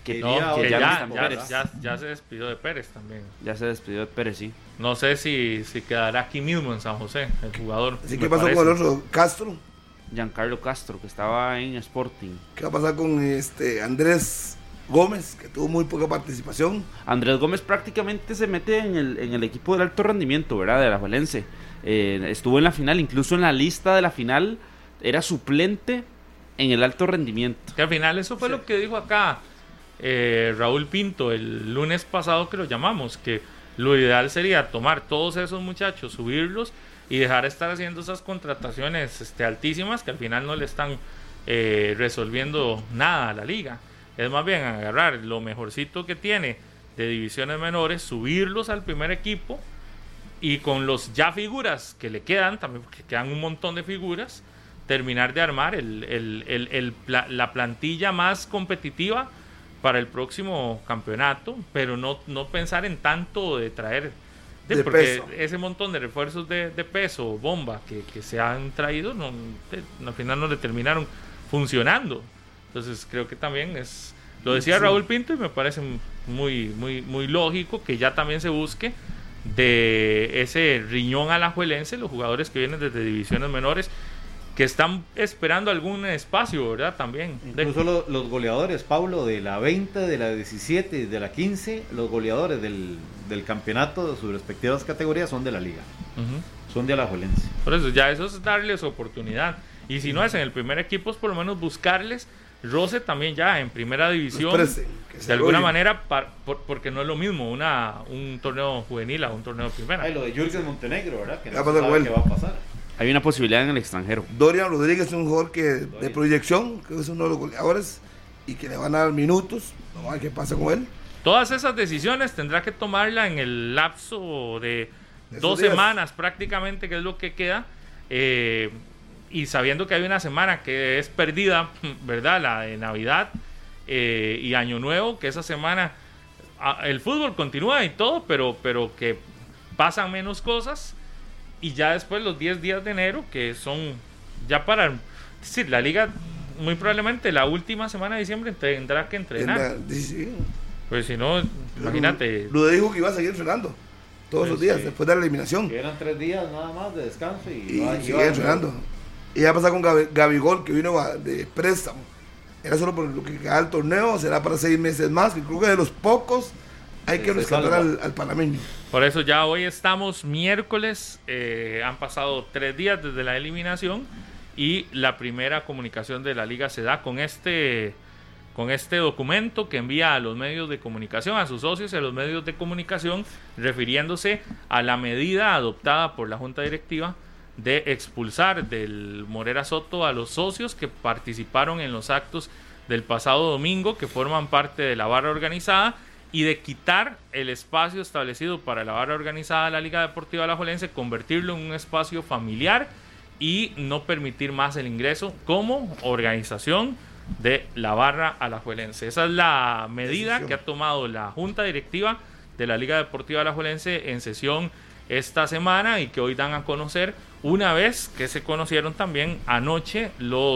Ya se despidió de Pérez también. Ya se despidió de Pérez, sí. No sé si quedará aquí mismo en San José, el jugador. ¿Qué pasó con el otro Castro? Giancarlo Castro, que estaba en Sporting. ¿Qué va a pasar con Andrés Gómez, que tuvo muy poca participación? Andrés Gómez prácticamente se mete en el equipo del alto rendimiento, ¿verdad? De Alajuelense. Estuvo en la final, incluso en la lista de la final era suplente en el alto rendimiento. Que al final eso fue lo que dijo acá Raúl Pinto el lunes pasado, que lo llamamos, que lo ideal sería tomar todos esos muchachos, subirlos y dejar de estar haciendo esas contrataciones altísimas que al final no le están resolviendo nada a la liga. Es más bien agarrar lo mejorcito que tiene de divisiones menores, subirlos al primer equipo y con los ya figuras que le quedan, también porque quedan un montón de figuras, terminar de armar la plantilla más competitiva para el próximo campeonato, pero no pensar en tanto de traer porque peso. Ese montón de refuerzos de peso, bomba que se han traído, al final no le terminaron funcionando. Entonces creo que también lo decía Raúl Pinto y me parece muy, muy, muy lógico que ya también se busque de ese riñón alajuelense, los jugadores que vienen desde divisiones menores, que están esperando algún espacio, ¿verdad? También. Incluso los goleadores, Pablo, de la 20, de la 17 y de la 15, los goleadores del campeonato de sus respectivas categorías son de la liga. Son de Alajuelense. Por eso, ya eso es darles oportunidad. Y si no es en el primer equipo, es por lo menos buscarles roce también ya en primera división. De alguna manera, porque no es lo mismo un torneo juvenil a un torneo primera. Lo de Jürgen Montenegro, ¿verdad? Que no sabe qué va a pasar. Hay una posibilidad en el extranjero. Dorian Rodríguez es un jugador de proyección, que es uno de los goleadores y que le van a dar minutos. Vamos a ver qué pasa con él. Todas esas decisiones tendrá que tomarla en el lapso de 2 días. semanas prácticamente, que es lo que queda. Y sabiendo que hay una semana que es perdida, ¿verdad? La de Navidad y Año Nuevo, que esa semana el fútbol continúa y todo, pero que pasan menos cosas. Y ya después los 10 días de enero, que son ya para... Es decir, la liga muy probablemente la última semana de diciembre tendrá que entrenar. Sí. Pues si no, imagínate. Lo dijo que iba a seguir entrenando todos los días, después de la eliminación. Que eran 3 días nada más de descanso y sigue entrenando. Y ya pasa con Gabigol, que vino de préstamo. Era solo por lo que queda el torneo, será para 6 meses más, que creo que de los pocos hay que rescatar al panameño. Por eso ya hoy estamos miércoles, han pasado 3 días desde la eliminación y la primera comunicación de la liga se da con este documento que envía a los medios de comunicación, a sus socios y a los medios de comunicación, refiriéndose a la medida adoptada por la Junta Directiva de expulsar del Morera Soto a los socios que participaron en los actos del pasado domingo, que forman parte de la barra organizada, y de quitar el espacio establecido para la barra organizada de la Liga Deportiva Alajuelense, convertirlo en un espacio familiar y no permitir más el ingreso como organización de la barra alajuelense. Esa es la medida que ha tomado la Junta Directiva de la Liga Deportiva Alajuelense en sesión esta semana y que hoy dan a conocer, una vez que se conocieron también anoche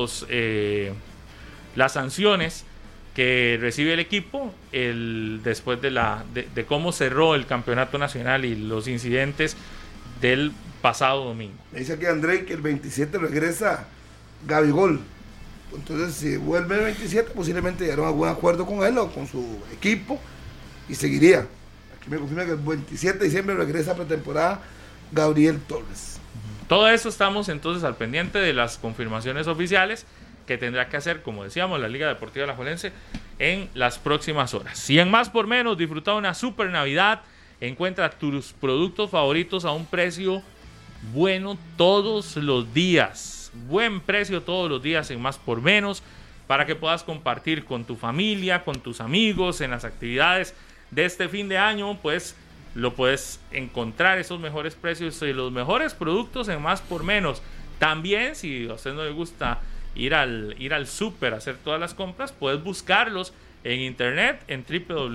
las sanciones que recibe el equipo después de cómo cerró el campeonato nacional y los incidentes del pasado domingo. Me dice aquí André que el 27 regresa Gabigol. Entonces, si vuelve el 27, posiblemente llegaron a algún acuerdo con él o con su equipo y seguiría. Aquí me confirma que el 27 de diciembre regresa a pretemporada Gabriel Torres. Todo eso estamos entonces al pendiente de las confirmaciones oficiales que tendrá que hacer, como decíamos, la Liga Deportiva Alajuelense en las próximas horas. Y en Más por Menos, disfruta una super Navidad. Encuentra tus productos favoritos a un precio bueno todos los días. Buen precio todos los días en Más por Menos, para que puedas compartir con tu familia, con tus amigos en las actividades de este fin de año. Pues lo puedes encontrar, esos mejores precios y los mejores productos en Más por Menos. También, si a usted no le gusta ir al súper a hacer todas las compras, puedes buscarlos en internet en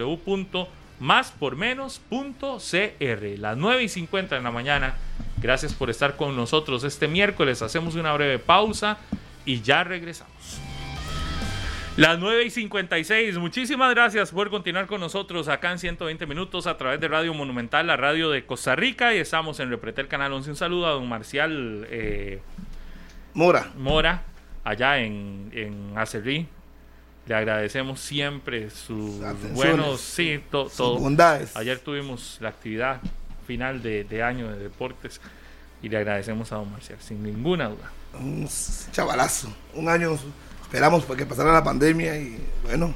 www.maspormenos.cr. Las 9:50 de la mañana. Gracias por estar con nosotros este miércoles. Hacemos una breve pausa y ya regresamos. Las 9:56. Muchísimas gracias por continuar con nosotros acá en 120 minutos a través de Radio Monumental, la radio de Costa Rica, y estamos en Repretel Canal 11. Un saludo a don Marcial Mora, allá en Acerrí. Le agradecemos siempre sus buenos, sí, todo. Bondades. Ayer tuvimos la actividad final de año de deportes y le agradecemos a don Marcial, sin ninguna duda. Un chavalazo, un año esperamos para que pasara la pandemia y bueno.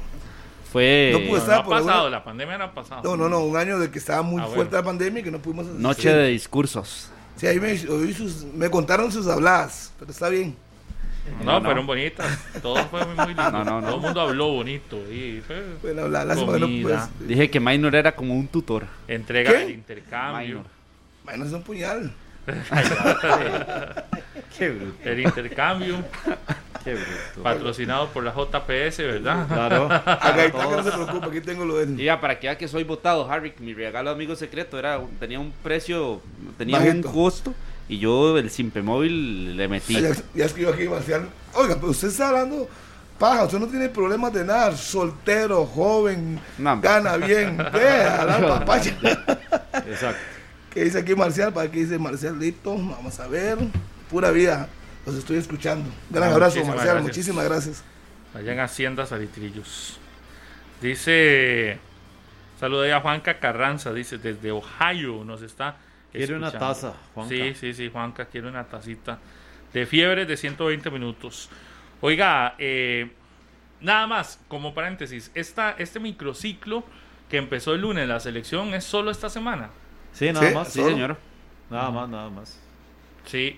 La pandemia no ha pasado. No, un año de que estaba muy fuerte la pandemia y que no pudimos hacer. Noche de discursos. Sí, ahí me contaron sus habladas, pero está bien. No, fueron bonitas. Todo fue muy lindo. Todo el mundo habló bonito. Y bueno, Dije que Minor era como un tutor. Entrega el intercambio. Minor es un puñal. Qué bruto. El intercambio. Qué bruto. Patrocinado por la JPS, ¿verdad? Claro. A Gaitán que no se preocupe, aquí tengo lo de él. Y ya, para que vea que soy votado, Harry, mi regalo amigo secreto tenía un precio, tenía bajito. un costo. Y yo el Simpemóvil le metí. Ya escribió aquí Marcial. Oiga, pero usted está hablando paja, usted no tiene problemas de nada. Soltero, joven, No, gana bien. Ve a la papaya. Exacto. ¿Qué dice aquí Marcial? ¿Para qué dice Marcialito? Vamos a ver. Pura vida. Los estoy escuchando. Gran abrazo, Muchísimas Marcial. gracias. Muchísimas gracias. Allá en Hacienda Salitrillos. Dice, saluda ahí a Juanca Carranza, dice, desde Ohio nos está Quiere una escuchando. taza, Juanca. Sí, Juanca, quiere una tacita de fiebre de 120 minutos. Oiga, nada más, como paréntesis, este microciclo que empezó el lunes, la selección, ¿es solo esta semana? Sí, nada Sí, más. Sí, señor. Nada más. Sí,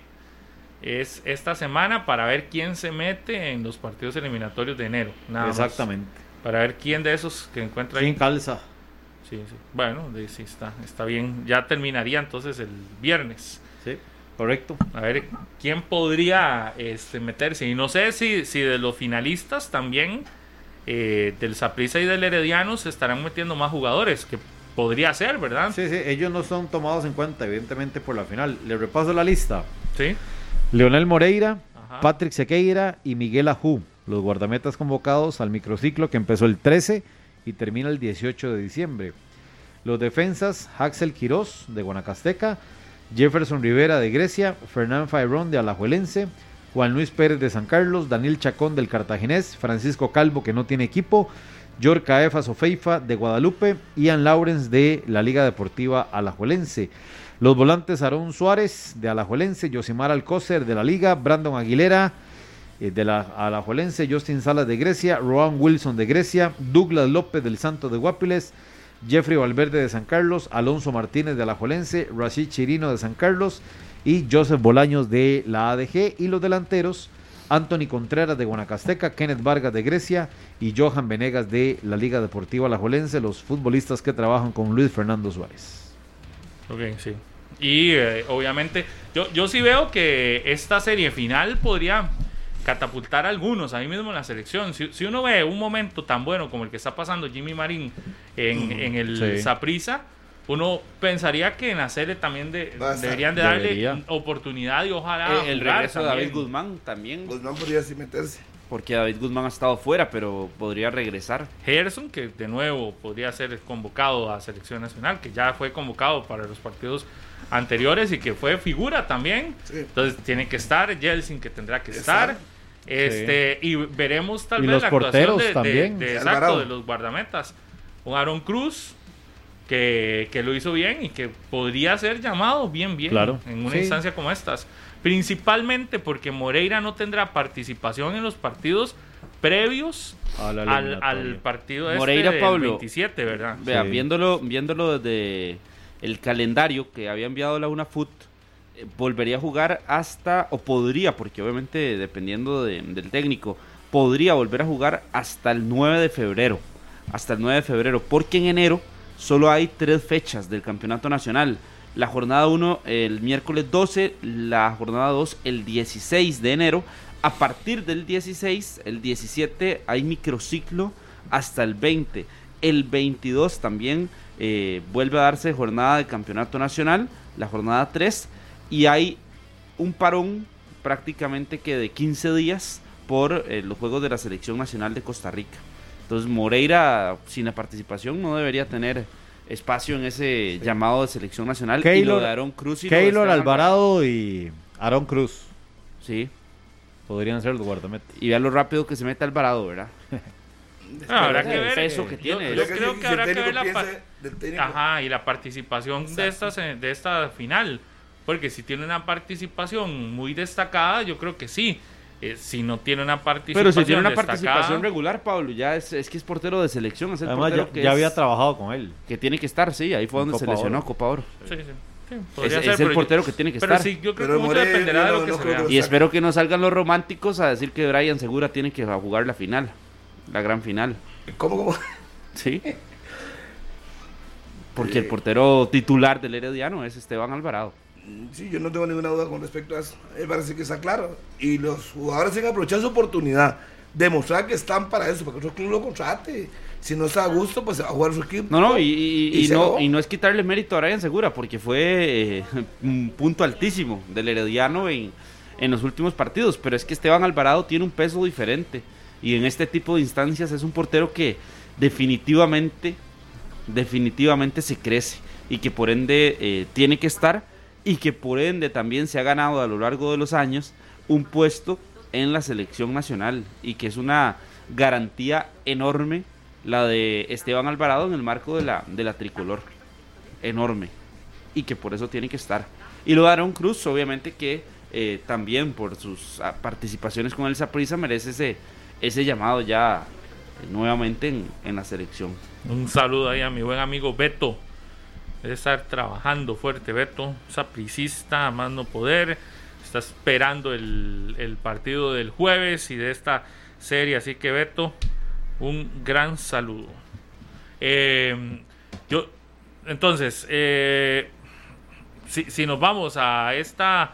es esta semana para ver quién se mete en los partidos eliminatorios de enero. Nada más. Exactamente. Para ver quién de esos que encuentra ahí. Sin calza. Sí. Bueno, sí, está bien. Ya terminaría entonces el viernes. Sí, correcto. A ver quién podría meterse. Y no sé si de los finalistas también, del Saprissa y del Herediano, se estarán metiendo más jugadores, que podría ser, ¿verdad? Sí, ellos no son tomados en cuenta, evidentemente, por la final. Le repaso la lista. Sí. Leonel Moreira, Ajá. Patrick Sequeira y Miguel Ajú, los guardametas convocados al microciclo que empezó el 13 y termina el 18 de diciembre. Los defensas, Axel Quirós de Guanacasteca, Jefferson Rivera de Grecia, Fernán Fairón de Alajuelense, Juan Luis Pérez de San Carlos, Daniel Chacón del Cartaginés, Francisco Calvo, que no tiene equipo, Yorka Efas Ofeifa de Guadalupe, Ian Lawrence de la Liga Deportiva Alajuelense. Los volantes, Aarón Suárez de Alajuelense, Yosimar Alcócer de la Liga, Brandon Aguilera de la Alajuelense, Justin Salas de Grecia, Roan Wilson de Grecia, Douglas López del Santos de Guapiles, Jeffrey Valverde de San Carlos, Alonso Martínez de Alajuelense, Rashid Chirino de San Carlos y Joseph Bolaños de la ADG. Y los delanteros, Anthony Contreras de Guanacasteca, Kenneth Vargas de Grecia y Johan Venegas de la Liga Deportiva Alajuelense, los futbolistas que trabajan con Luis Fernando Suárez. Ok, sí. Y obviamente, yo sí veo que esta serie final podría catapultar a algunos ahí mismo en la selección. Si uno ve un momento tan bueno como el que está pasando Jimmy Marín en el Saprissa, uno pensaría que en la serie también deberían de darle oportunidad y ojalá El jugar regreso de también. David Guzmán también, Guzmán podría así meterse. porque David Guzmán ha estado fuera, pero podría regresar. Gerson, que de nuevo podría ser convocado a selección nacional, que ya fue convocado para los partidos anteriores y que fue figura también. Sí. Entonces tiene que estar Yeltsin, que tendrá que estar. Y veremos tal Y vez los la actuación porteros también. Alvarado. de los guardametas. Un Aaron Cruz que lo hizo bien y que podría ser llamado bien Claro. en una Sí. instancia como estas. Principalmente porque Moreira no tendrá participación en los partidos previos al partido Moreira, del Pablo, 27, ¿verdad? Vea, Sí. viéndolo desde el calendario que había enviado la UNAFUT, volvería a jugar hasta, o podría, porque obviamente dependiendo del técnico, podría volver a jugar hasta el 9 de febrero. Hasta el 9 de febrero, porque en enero solo hay 3 fechas del campeonato nacional. La jornada 1 el miércoles 12, la jornada 2 el 16 de enero. A partir del 16, el 17 hay microciclo hasta el 20. El 22 también vuelve a darse jornada de campeonato nacional, la jornada 3. Y hay un parón prácticamente que de 15 días por los Juegos de la Selección Nacional de Costa Rica. Entonces Moreira, sin la participación, no debería tener espacio en ese llamado de selección nacional. Y lo de Aarón Cruz y lo de Keylor Esteban Alvarado y Aarón Cruz Sí, podrían ser los guardametas. y vea lo rápido que se mete Alvarado, ¿verdad? Habrá que el ver. peso que tiene. Yo creo que habrá que ver del técnico. Ajá, y la participación de esta final. Porque si tiene una participación muy destacada, yo creo que sí. Si no tiene una participación Pero si tiene una destacada, participación regular, Pablo, ya es que es portero de selección, es el Además, portero que ya había trabajado con él. que tiene que estar, sí, ahí fue En donde se Copa lesionó Oro. Copa Oro. Sí, podría Es ser, el pero portero que tiene que pero estar. sí, yo creo Pero que mucho Moreira, dependerá de no, lo que no se creo vea. que Y espero que no salgan los románticos a decir que Brian Segura tiene que jugar la final, la gran final. ¿Cómo? Sí. Porque el portero titular del Herediano es Esteban Alvarado. Sí, yo no tengo ninguna duda con respecto a eso. Me parece que está claro. Y los jugadores tienen que aprovechar su oportunidad. Demostrar que están para eso, para que otro club lo contrate. Si no está a gusto, pues se va a jugar su equipo. No, Y se acabó. y no es quitarle mérito a Brian Segura, porque fue un punto altísimo del Herediano en los últimos partidos, pero es que Esteban Alvarado tiene un peso diferente, y en este tipo de instancias es un portero que definitivamente se crece. y que por ende tiene que estar, y que por ende también se ha ganado a lo largo de los años un puesto en la selección nacional, y que es una garantía enorme la de Esteban Alvarado en el marco de la tricolor, enorme, y que por eso tiene que estar. Y lo de Aaron Cruz, obviamente que también por sus participaciones con el Saprissa merece ese llamado ya nuevamente en la selección. Un saludo ahí a mi buen amigo Beto. Debe estar trabajando fuerte, Beto, sapricista, a más no poder. Está esperando el partido del jueves y de esta serie. Así que, Beto, un gran saludo. Entonces, si nos vamos a esta,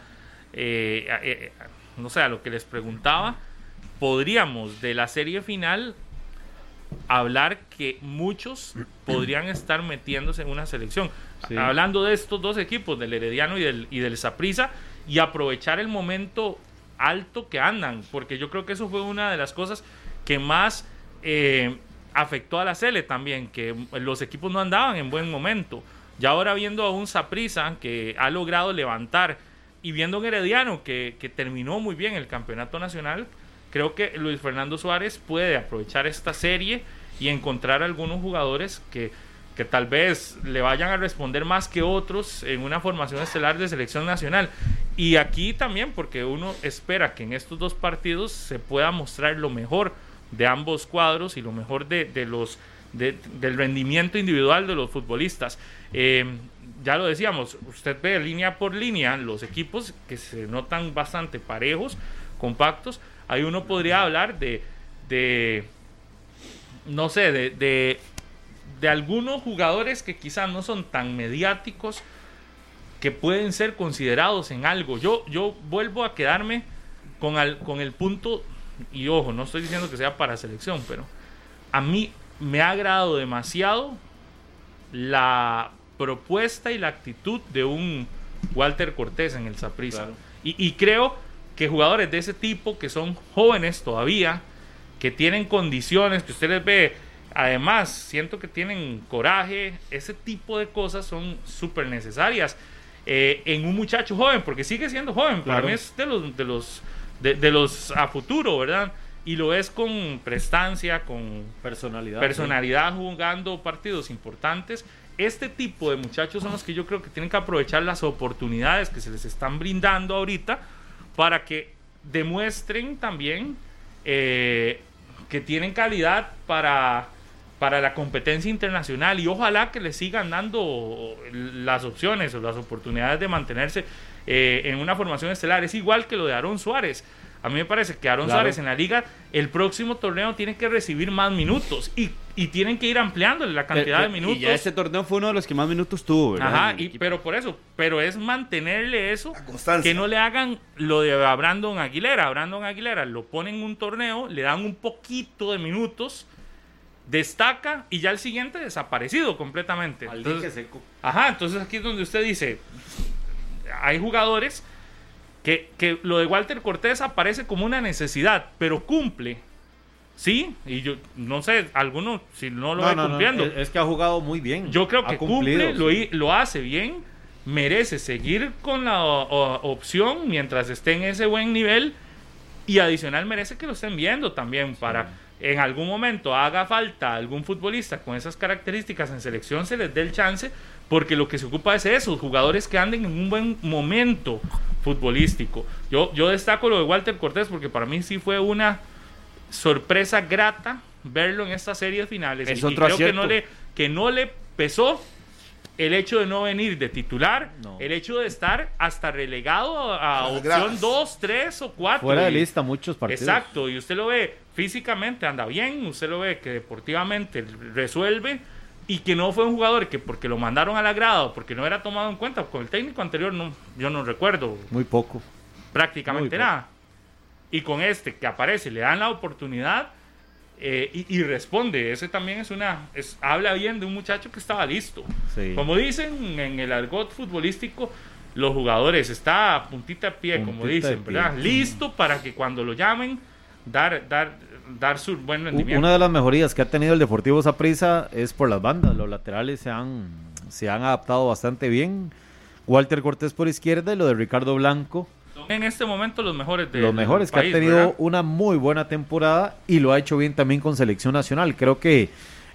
no sé, a lo que les preguntaba, podríamos de la serie final hablar que muchos podrían estar metiéndose en una selección. Sí. Hablando de estos dos equipos, del Herediano y del Saprissa, y aprovechar el momento alto que andan, porque yo creo que eso fue una de las cosas que más afectó a la Sele también, que los equipos no andaban en buen momento. Y ahora viendo a un Saprissa que ha logrado levantar, y viendo a un Herediano que terminó muy bien el campeonato nacional, creo que Luis Fernando Suárez puede aprovechar esta serie y encontrar algunos jugadores que tal vez le vayan a responder más que otros en una formación estelar de selección nacional. Y aquí también, porque uno espera que en estos dos partidos se pueda mostrar lo mejor de ambos cuadros y lo mejor del rendimiento individual de los futbolistas. Ya lo decíamos, usted ve línea por línea los equipos que se notan bastante parejos, compactos. Ahí uno podría hablar de algunos jugadores que quizás no son tan mediáticos, que pueden ser considerados en algo. Yo vuelvo a quedarme con el punto, y ojo, no estoy diciendo que sea para selección, pero a mí me ha agradado demasiado la propuesta y la actitud de un Walter Cortés en el Saprissa. Claro. Y creo que jugadores de ese tipo, que son jóvenes todavía, que tienen condiciones, que usted les ve, además siento que tienen coraje, ese tipo de cosas son súper necesarias en un muchacho joven, porque sigue siendo joven. Claro. Para mí es de los a futuro, ¿verdad? Y lo es con prestancia, con personalidad, jugando partidos importantes. Este tipo de muchachos son los que yo creo que tienen que aprovechar las oportunidades que se les están brindando ahorita, para que demuestren también que tienen calidad para la competencia internacional, y ojalá que les sigan dando las opciones o las oportunidades de mantenerse en una formación estelar. Es igual que lo de Aaron Suárez. A mí me parece que Aaron Suárez en la liga, el próximo torneo tiene que recibir más minutos, y tienen que ir ampliándole la cantidad de minutos. Y ya este torneo fue uno de los que más minutos tuvo, ¿verdad? Ajá, pero es mantenerle eso, que no le hagan lo de a Brandon Aguilera. A Brandon Aguilera lo ponen en un torneo, le dan un poquito de minutos, destaca, y ya el siguiente desaparecido completamente. Entonces aquí es donde usted dice, hay jugadores que lo de Walter Cortés aparece como una necesidad, pero cumple. Sí, y yo no sé, alguno si no lo va cumpliendo. No, es que ha jugado muy bien. Yo creo que cumple, lo hace bien, merece seguir con la opción mientras esté en ese buen nivel, y adicional merece que lo estén viendo también, para en algún momento haga falta algún futbolista con esas características en selección, se les dé el chance, porque lo que se ocupa es eso, jugadores que anden en un buen momento futbolístico. Yo destaco lo de Walter Cortés, porque para mí sí fue una sorpresa grata verlo en estas series finales. Y creo que no le pesó el hecho de no venir de titular, el hecho de estar hasta relegado a opción 2, 3 o 4. Fuera de lista muchos partidos. Exacto, y usted lo ve físicamente, anda bien, usted lo ve que deportivamente resuelve, y que no fue un jugador que porque lo mandaron a la grada o porque no era tomado en cuenta. Con el técnico anterior yo no recuerdo. Muy poco. Prácticamente nada. Y con este que aparece, le dan la oportunidad y responde. Ese también habla bien de un muchacho que estaba listo. Sí. Como dicen en el argot futbolístico, los jugadores está a puntita de pie, como dicen, ¿verdad? Listo para que cuando lo llamen, dar su buen rendimiento. Una de las mejorías que ha tenido el Deportivo Saprissa es por las bandas. Los laterales se han se han adaptado bastante bien. Walter Cortés por izquierda y lo de Ricardo Blanco. Son en este momento los mejores del Los mejores, país, que ha tenido ¿verdad? una muy buena temporada y lo ha hecho bien también con selección nacional. Creo que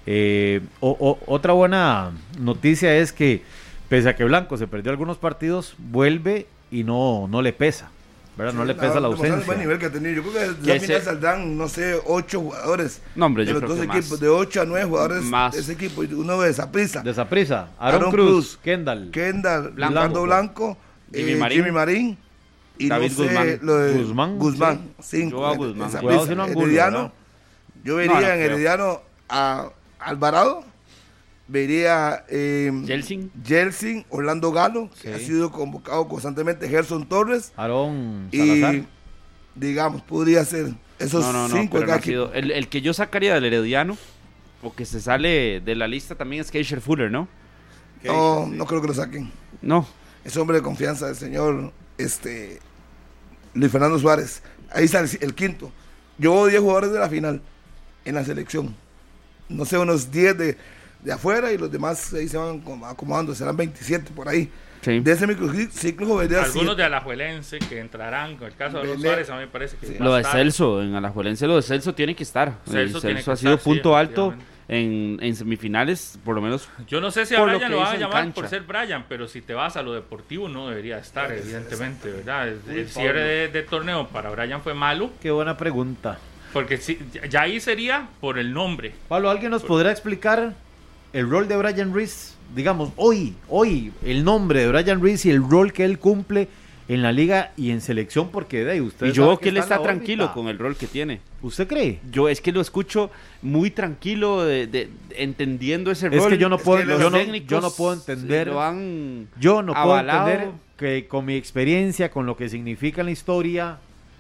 otra buena noticia es que pese a que Blanco se perdió algunos partidos, vuelve y no le pesa, ¿verdad? No le pesa la demostrando el buen ausencia. nivel que ha tenido. Yo creo que Que al final saldrán, no sé, 8 jugadores. No, hombre, de yo los creo dos que más. equipos, de 8 a 9 jugadores Más. de ese equipo. Y uno de Saprissa, De Saprissa, Aaron Aaron Cruz, Cruz, Kendall, Kendall, Blanco. Ricardo Blanco, Jimmy Marín. y David no sé, Guzmán. lo de Guzmán, Guzmán, 5. Yo a Guzmán. Cuidado si no Angulo, Herediano, ¿verdad? yo vería No en creo. Herediano a Alvarado, vería Jelsin, Orlando Galo, que ha sido convocado constantemente, Gerson Torres, Aaron Salazar. y digamos, podría ser esos No, 5 pero de no ha cada equipo. sido. El que yo sacaría del Herediano, o que se sale de la lista también, es Keisher Fuller, ¿no? No creo que lo saquen. No. Es hombre de confianza del señor Luis Fernando Suárez. Ahí está el quinto. Llevo 10 jugadores de la final en la selección. No sé, unos 10 de afuera y los demás ahí se van acomodando. Serán 27 por ahí. Sí. De ese microciclo vería Algunos de Alajuelense que entrarán, con el caso de Aaron Belé. Suárez, a mí me parece que Sí. va Lo a de estar. Celso, en Alajuelense, lo de Celso tiene que estar. Celso tiene que ha sido estar, sí, punto alto efectivamente. en semifinales, por lo menos. Yo no sé si a Por lo Brian que lo van a hizo en llamar cancha. por ser Brian, pero si te vas a lo deportivo no debería estar, evidentemente, ¿verdad? El cierre de torneo para Brian fue malo, Qué buena pregunta. porque sí, ya ahí sería por el nombre. Pablo, ¿alguien nos podrá explicar el rol de Brian Ruiz? Digamos, hoy, el nombre de Brian Ruiz y el rol que él cumple en la liga y en selección, porque de ahí usted Y yo veo sabe que él está en la tranquilo órbita. con el rol que tiene. ¿Usted cree? Yo es que lo escucho muy tranquilo, entendiendo ese Es rol. que yo no puedo- los yo no- técnicos yo no puedo entender- lo han Yo no puedo avalado. entender que con mi experiencia, con lo que significa en la historia,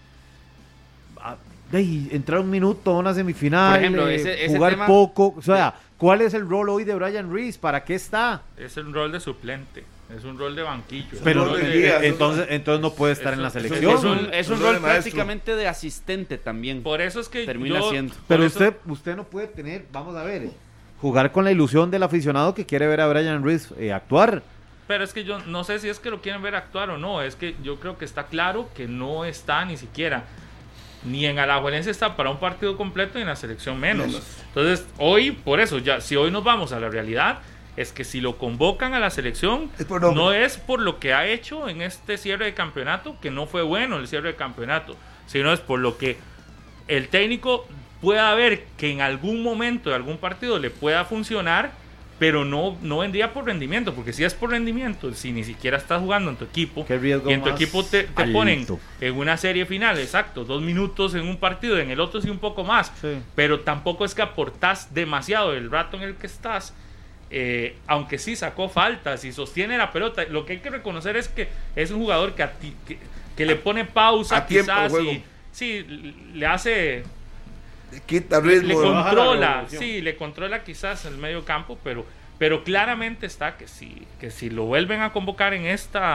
entrar un minuto a una semifinal, Por ejemplo, ese jugar tema- poco, o sea, ¿cuál es el rol hoy de Brian Ruiz? ¿Para qué está? Es un rol de suplente, es un rol de banquillo. es un Pero rol de de- guía, entonces no puede estar en la eso- selección. Es un Un rol rol de maestro. prácticamente de asistente también. Por eso es que Termina yo, siendo. Pero por eso- usted no puede tener, vamos a ver, jugar con la ilusión del aficionado que quiere ver a Brian Ruiz actuar. Pero es que yo no sé si es que lo quieren ver actuar o no. Es que yo creo que está claro que no está ni siquiera. Ni en Alajuelense está para un partido completo y en la selección menos. Entonces, hoy, por eso, ya si hoy nos vamos a la realidad, es que si lo convocan a la selección, Es por nombre. no es por lo que ha hecho en este cierre de campeonato, que no fue bueno el cierre de campeonato, sino es por lo que el técnico pueda ver que en algún momento de algún partido le pueda funcionar, pero no vendría por rendimiento, porque si es por rendimiento, si ni siquiera estás jugando en tu equipo, Qué riesgo y en tu más equipo te alto. ponen en una serie final, exacto, 2 minutos en un partido, en el otro sí un poco más, Sí. pero tampoco es que aportás demasiado el rato en el que estás, aunque sí sacó faltas y sostiene la pelota. Lo que hay que reconocer es que es un jugador que le pone pausa a tiempo al quizás juego. y sí, le hace... Quita Le ritmo. baja la controla, revolución. sí, le controla quizás el medio campo, pero claramente está que si lo vuelven a convocar en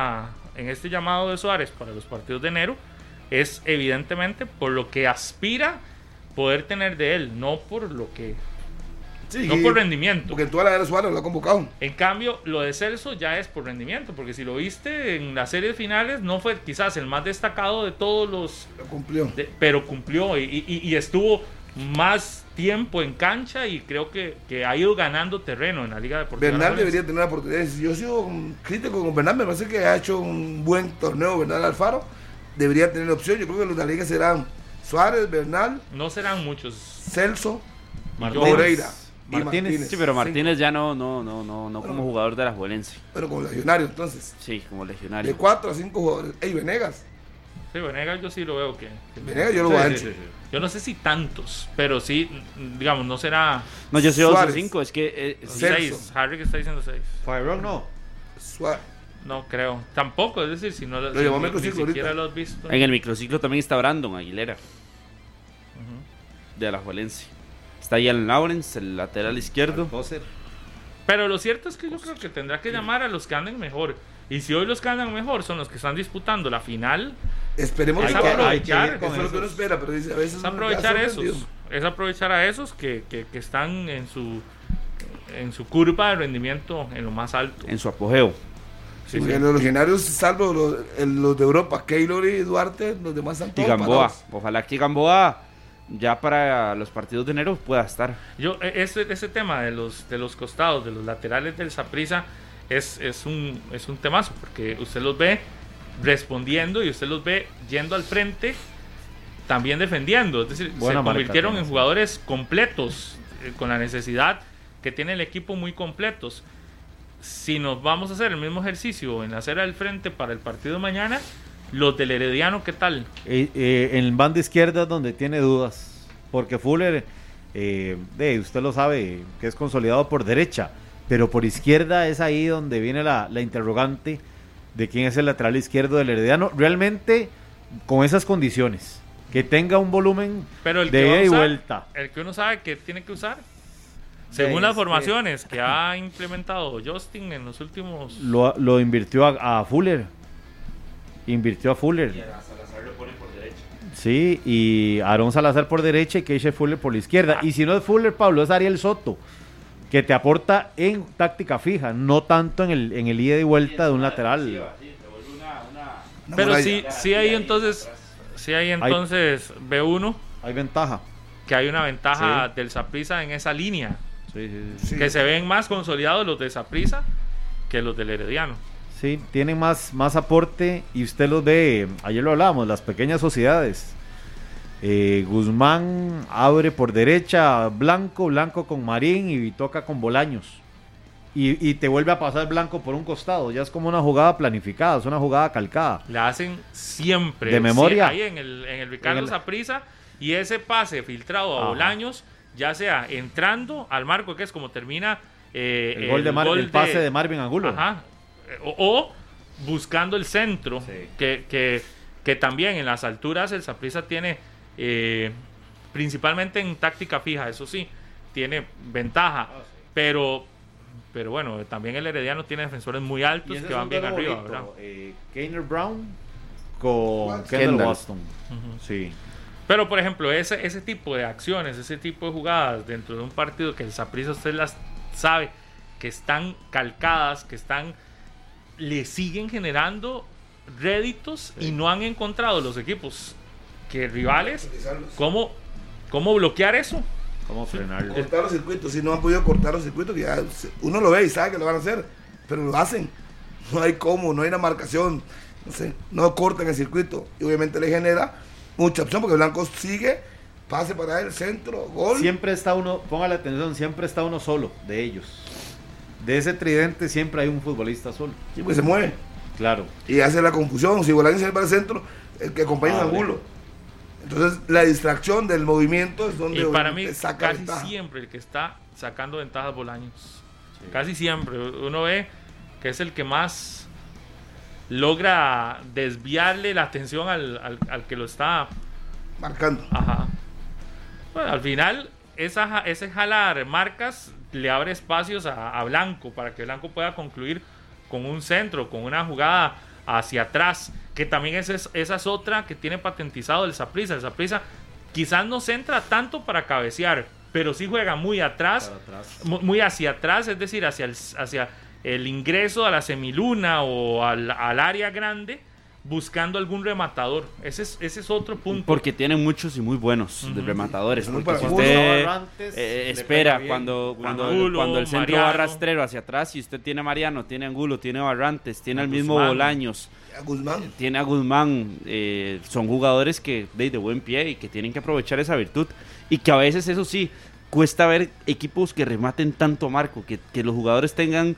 este llamado de Suárez para los partidos de enero, es evidentemente por lo que aspira poder tener de él, no por lo que Sí, no por rendimiento. Porque en toda la era Suárez lo ha convocado. En cambio, lo de Celso ya es por rendimiento, porque si lo viste en las series finales, no fue quizás el más destacado de todos los, Lo cumplió. pero cumplió y estuvo más tiempo en cancha y creo que ha ido ganando terreno en la Liga Deportiva. Bernal Alajuelense. debería tener la oportunidad. Yo he sido crítico con Bernal, me parece que ha hecho un buen torneo Bernal Alfaro. Debería tener opción. Yo creo que los de la liga serán Suárez, Bernal, No serán muchos. Celso, Martínez. Moreira y Martínez. Martínez. Sí, pero Martínez ya no como jugador de la Juelense. Pero como legionario, entonces. Sí, como De legionario. 4 a 5 jugadores. Ey, Venegas. Sí, Venegas yo sí lo veo que Venegas yo lo voy a ancho. yo no sé si tantos, pero sí, digamos, no será No, yo soy Suárez. 5, es que... sí, Celso. 6. Harry que está diciendo 6. Firerock no. Suárez. No creo. Tampoco, es decir, si no Lo si llevó ni microciclo siquiera ahorita. lo has visto. en el microciclo también está Brandon Aguilera, de la Juelense. Está Ian Lawrence, el lateral izquierdo. Pero lo cierto es que yo creo que tendrá que llamar a los que anden mejor. Y si hoy los que andan mejor son los que están disputando la final, Esperemos Hay que que no. aprovechar Eso es lo que uno espera, pero dice, a veces es uno aprovechar queda esos. sorprendido. Es aprovechar a esos que están en su curva de rendimiento en lo más alto. En su apogeo. Sí, los legionarios, salvo los de Europa, Keylor y Duarte, los demás están Y todos Gamboa. parados. Ojalá que Gamboa ya para los partidos de enero pueda estar. Ese tema de los costados, de los laterales del Saprissa es un temazo, porque usted los ve respondiendo y usted los ve yendo al frente, también defendiendo. Es decir, Buena se convirtieron marca, en jugadores completos, con la necesidad que tiene el equipo muy completos. Si nos vamos a hacer el mismo ejercicio en la acera del frente para el partido de mañana, los del Herediano, ¿qué tal? En banda izquierda es donde tiene dudas, porque Fuller, usted lo sabe, que es consolidado por derecha, pero por izquierda es ahí donde viene la interrogante de quién es el lateral izquierdo del Herediano, realmente con esas condiciones, que tenga un volumen Pero el de que va a ida y usar, vuelta. el que uno sabe que tiene que usar, según las formaciones que ha implementado Justin en los últimos... Lo invirtió a Fuller. Invirtió a Fuller. Y a Salazar lo pone por derecha. Sí, y Aarón Salazar por derecha y Keisha Fuller por la izquierda. Y si no es Fuller, Pablo, es Ariel Soto, que te aporta en táctica fija, no tanto en el ida y vuelta de un lateral. Pero sí hay entonces ve uno Hay ventaja. que hay una ventaja Sí. del Saprissa en esa línea, Sí. Sí. que se ven más consolidados los de Saprissa que los del Herediano. Sí, tienen más aporte y usted los ve, ayer lo hablábamos, las pequeñas sociedades. Guzmán abre por derecha, Blanco con Marín y toca con Bolaños. Y te vuelve a pasar Blanco por un costado, ya es como una jugada planificada, es una jugada calcada. La hacen siempre. De memoria. Sí, ahí en el Ricardo En el- Saprissa, y ese pase filtrado a Ajá. Bolaños, ya sea entrando al marco, que es como termina El gol de el pase de Marvin Angulo. Ajá. O buscando el centro, Sí. que también en las alturas el Saprissa tiene, principalmente en táctica fija, eso sí, tiene ventaja. Pero bueno, también el Herediano tiene defensores muy altos que van bien arriba, ¿verdad? Keiner Brown con Kendall Kendall. Waston. Ujú. Sí. Pero, por ejemplo, ese tipo de acciones, ese tipo de jugadas dentro de un partido que el Saprissa usted las sabe que están calcadas, le siguen generando réditos y no han encontrado los equipos rivales cómo bloquear eso. ¿Cómo frenarlo? Cortar los circuitos, si no han podido cortar los circuitos, que ya uno lo ve y sabe que lo van a hacer, pero lo hacen. No hay cómo, no hay una marcación, no sé, no cortan el circuito y obviamente le genera mucha opción porque Blanco sigue, pase para el centro, gol. Siempre está uno, póngale atención, siempre está uno solo de ellos. De ese tridente siempre hay un futbolista solo. Sí, pues se mueve Claro. y hace la confusión. Si Bolaños se para el centro, el que acompaña es Angulo. Entonces la distracción del movimiento es donde Y para mí, te saca casi ventaja. siempre el que está sacando ventajas Bolaños. Casi siempre. Uno ve que es el que más logra desviarle la atención al que lo está. Marcando. Ajá. Bueno, al final, ese jalar marcas le abre espacios a Blanco para que Blanco pueda concluir con un centro, con una jugada hacia atrás, que también esa es otra que tiene patentizado el Saprissa. El Saprissa quizás no centra tanto para cabecear, pero sí juega muy atrás, muy hacia atrás, es decir, hacia el ingreso a la semiluna o al área grande, buscando algún rematador. Ese es otro punto. Porque tienen muchos y muy buenos de Ujú. rematadores. Muy Porque si para usted Barrantes, le espera pega bien. cuando Angulo, el centro Mariano. va rastrero hacia atrás, y usted tiene a Mariano, tiene a Angulo, tiene a Barrantes, tiene A al mismo Guzmán. Bolaños, A Guzmán. tiene a Guzmán, son jugadores que de buen pie y que tienen que aprovechar esa virtud, y que a veces, eso sí, cuesta ver equipos que rematen tanto a marco, que los jugadores tengan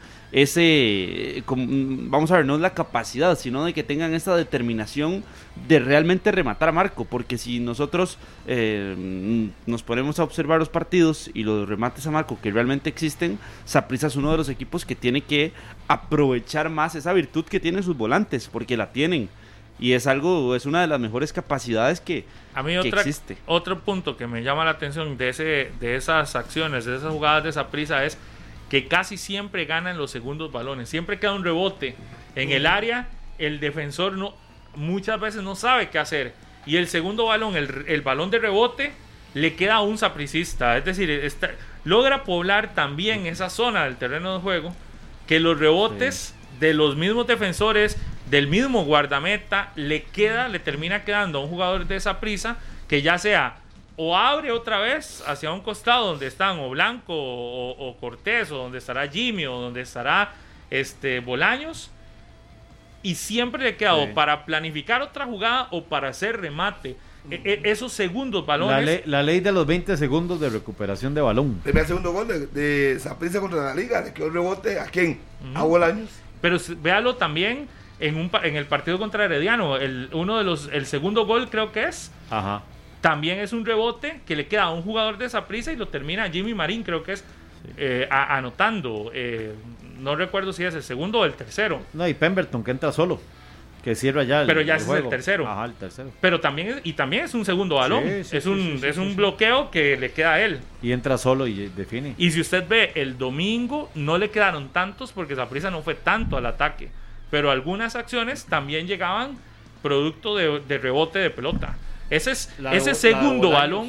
vamos a ver, no es la capacidad, sino de que tengan esa determinación de realmente rematar a marco, porque si nosotros nos ponemos a observar los partidos y los remates a marco que realmente existen, Saprissa es uno de los equipos que tiene que aprovechar más esa virtud que tienen sus volantes, porque la tienen, y es una de las mejores capacidades que A mí que existe. otro punto que me llama la atención de esas acciones, de esas jugadas de Saprissa, es que casi siempre ganan los segundos balones. Siempre queda un rebote en el área, el defensor muchas veces no sabe qué hacer. Y el segundo balón, el balón de rebote, le queda a un sapricista, es decir, logra poblar también esa zona del terreno de juego, que los rebotes de los mismos defensores, del mismo guardameta, le termina quedando a un jugador de Saprissa, que ya sea o abre otra vez hacia un costado donde están o Blanco o Cortés, o donde estará Jimmy, o donde estará Bolaños, y siempre le queda o para planificar otra jugada o para hacer remate. Esos segundos balones. La ley de los 20 segundos de recuperación de balón. Primer segundo gol de Saprissa contra la Liga, le quedó el rebote a quién, a Bolaños. Pero véalo también en el partido contra Herediano, el segundo gol creo que es. Ajá. También es un rebote que le queda a un jugador de Saprissa y lo termina Jimmy Marín, creo que es, anotando. No recuerdo si es el segundo o el tercero. No, y Pemberton, que entra solo, que cierra ya pero ya el ese juego. es el tercero. Ajá, el tercero. Pero también es un segundo balón. Es un bloqueo que le queda a él. Y entra solo y define. Y si usted ve, el domingo no le quedaron tantos porque Saprissa no fue tanto al ataque. Pero algunas acciones también llegaban producto de rebote de pelota. Ese segundo balón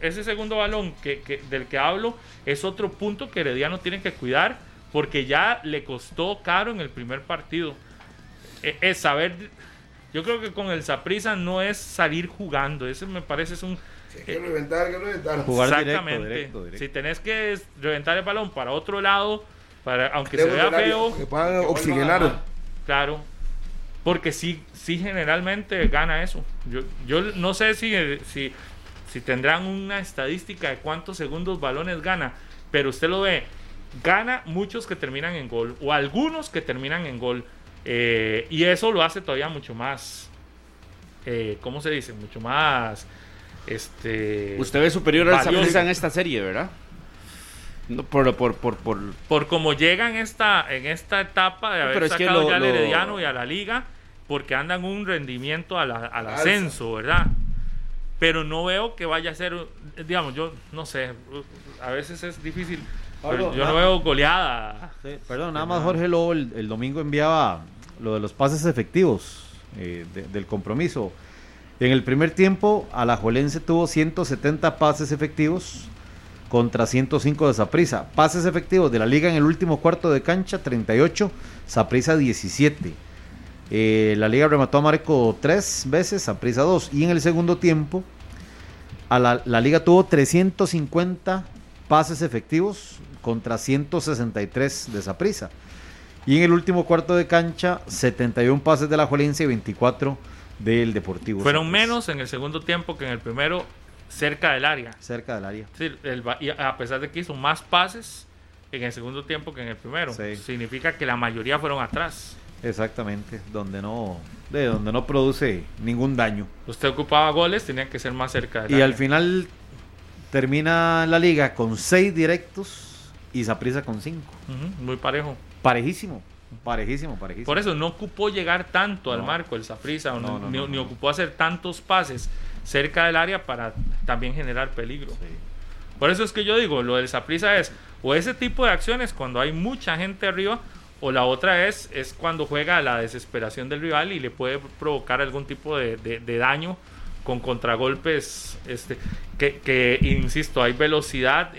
del que hablo es otro punto que Herediano tiene que cuidar, porque ya le costó caro en el primer partido. Es saber, yo creo que con el Saprissa no es salir jugando, ese me parece es un... hay que reventar. Jugar exactamente. directo. Si tenés que reventar el balón para otro lado, aunque se Lejos vea del área, feo, que puedan oxigenar. claro, porque sí generalmente gana eso. Yo no sé si tendrán una estadística de cuántos segundos balones gana, pero usted lo ve, gana muchos que terminan en gol, o algunos que terminan en gol, y eso lo hace todavía mucho más, ¿cómo se dice? Mucho más, Usted ve superior al Saprissa en esta serie, ¿verdad? No, por cómo llega en esta etapa de haber sacado ya al Herediano y a la Liga, porque andan un rendimiento al ascenso, ¿verdad? Pero no veo que vaya a ser, digamos, yo no sé, a veces es difícil, pero yo no veo goleada. Sí, perdón, nada más Jorge Lobo el domingo enviaba lo de los pases efectivos del compromiso. En el primer tiempo, Alajuelense tuvo 170 pases efectivos contra 105 de Saprissa. Pases efectivos de la Liga en el último cuarto de cancha, 38, Saprissa 17. La Liga remató a Marco 3 veces, Saprissa 2. Y en el segundo tiempo, la Liga tuvo 350 pases efectivos contra 163 de Saprissa. Y en el último cuarto de cancha, 71 pases de Alajuelense y 24 del Deportivo Fueron Saprissa. menos en el segundo tiempo que en el primero, cerca del área. Cerca del área. Sí, y a pesar de que hizo más pases en el segundo tiempo que en el primero, Sí. significa que la mayoría fueron atrás. Exactamente, donde no produce ningún daño. Usted ocupaba goles, tenía que ser más cerca del Y área. al final termina la liga con 6 directos y Saprissa con 5. Muy parejo. Parejísimo. Por eso no ocupó llegar tanto al marco el Saprissa, ni ocupó hacer tantos pases cerca del área para también generar peligro. Sí. Por eso es que yo digo, lo del Saprissa es o ese tipo de acciones cuando hay mucha gente arriba, o la otra es cuando juega a la desesperación del rival y le puede provocar algún tipo de daño con contragolpes, que insisto, hay velocidad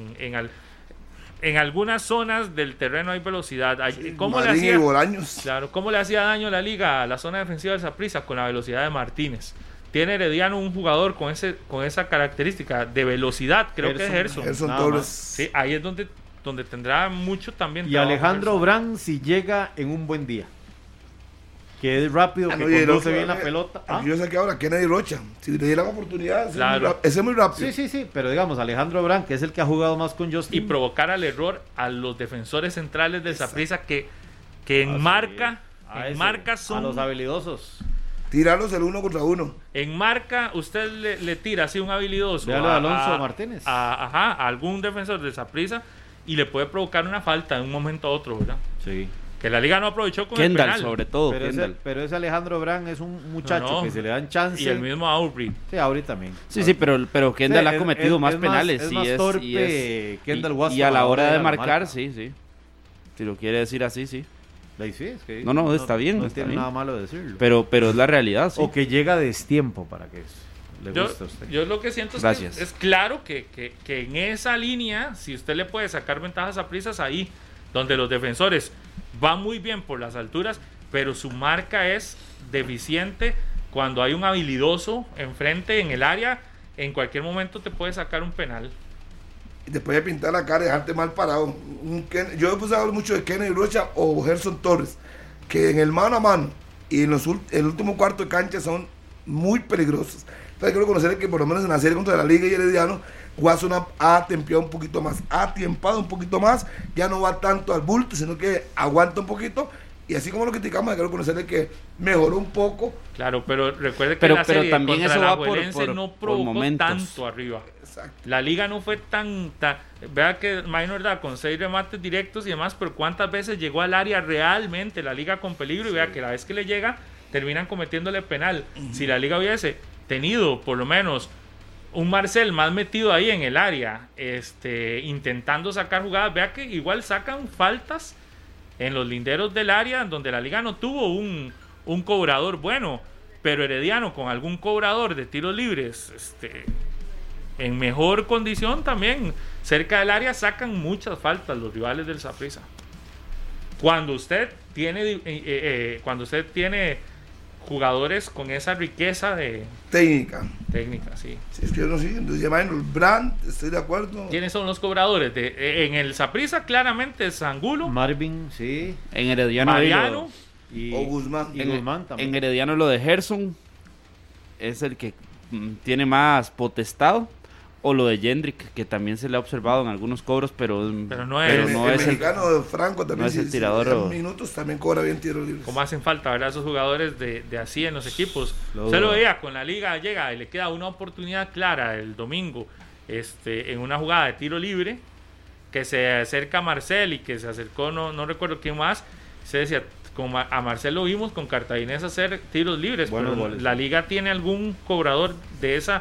en algunas zonas del terreno, hay velocidad. ¿Cómo le hacía? Claro, ¿cómo le hacía daño la Liga a la zona defensiva del Saprissa? Con la velocidad de Martínez. Tiene Herediano un jugador con esa característica de velocidad, creo que es Gerson Torres. Sí, ahí es donde tendrá mucho también. Y Alejandro Brand, si llega en un buen día, que es rápido, que conduce bien la pelota. Yo sé que ahora Kennedy Rocha, si le dieran oportunidad, claro. ese es muy rápido. Sí, pero digamos, Alejandro Brand, que es el que ha jugado más con Justin. Y provocar al error a los defensores centrales del Saprissa que en marca son... A los habilidosos. Tirarlos el 1 contra 1. En marca, usted le tira así un habilidoso a Alonso Martínez. A algún defensor del Saprissa y le puede provocar una falta de un momento a otro, ¿verdad? Sí. Que la Liga no aprovechó con Kendall, el penal. sobre todo. Pero ese Alejandro Brand es un muchacho que se le dan chance. Y el mismo Aubrey. Sí, Aubrey también. Sí, pero Kendall ha cometido más penales. Es más torpe Kendall Watson. Y a la hora de marcar, sí. Si lo quiere decir así, sí. Sí, es que no, está bien. No está tiene bien. nada malo decirlo. Pero es la realidad, sí. O que llega a destiempo para que le gusta a usted. Yo lo que siento es Gracias. que es claro que en esa línea, si usted le puede sacar ventajas a Prisas ahí, donde los defensores van muy bien por las alturas, pero su marca es deficiente cuando hay un habilidoso enfrente en el área, en cualquier momento te puede sacar un penal. Y después de pintar la cara y dejarte mal parado. Yo he pasado mucho de Kennedy Rocha o Gerson Torres, que en el mano a mano y en el último cuarto de cancha son muy peligrosos. Entonces quiero conocer que por lo menos en la serie contra la Liga y Herediano, Watson ha tempiado un poquito más, ha tiempado un poquito más, ya no va tanto al bulto, sino que aguanta un poquito. Y así como lo criticamos, quiero conocerle que mejoró un poco. Claro, pero recuerde que Pero la serie también contra eso la va por Alajuelense no provocó momentos. tanto arriba. Exacto. La liga no fue tan vea que Minor da con 6 remates directos y demás, pero cuántas veces llegó al área realmente la liga con peligro, y vea que la vez que le llega terminan cometiéndole penal. Si la liga hubiese tenido por lo menos un Marcel más metido ahí en el área, intentando sacar jugadas, vea que igual sacan faltas en los linderos del área, donde la liga no tuvo un cobrador bueno, pero Herediano con algún cobrador de tiros libres en mejor condición también cerca del área sacan muchas faltas los rivales del Saprissa. Cuando usted tiene jugadores con esa riqueza de Técnica. técnica, sí. Si es que yo no sé, entonces llaman Brandt, estoy de acuerdo. ¿Quiénes son los cobradores? En el Saprissa claramente es Angulo, Marvin, sí. En Herediano, Mariano, Y, O Guzmán. Y Guzmán también. en Herediano lo de Gerson es el que tiene más potestad, o lo de Jendrik, que también se le ha observado en algunos cobros, pero no es- el, no el es el, mexicano Franco también, no es el si tirador dan o- minutos también cobra bien tiros libres. como hacen falta, ¿verdad? Esos jugadores de así en los equipos. Lo Usted lo dudo. veía con la liga, llega y le queda una oportunidad clara el domingo, en una jugada de tiro libre, que se acerca a Marcel y que se acercó, no recuerdo quién más, se decía, como a Marcel lo vimos con Cartaginés hacer tiros libres, Buenos pero goles. la liga tiene algún cobrador de esa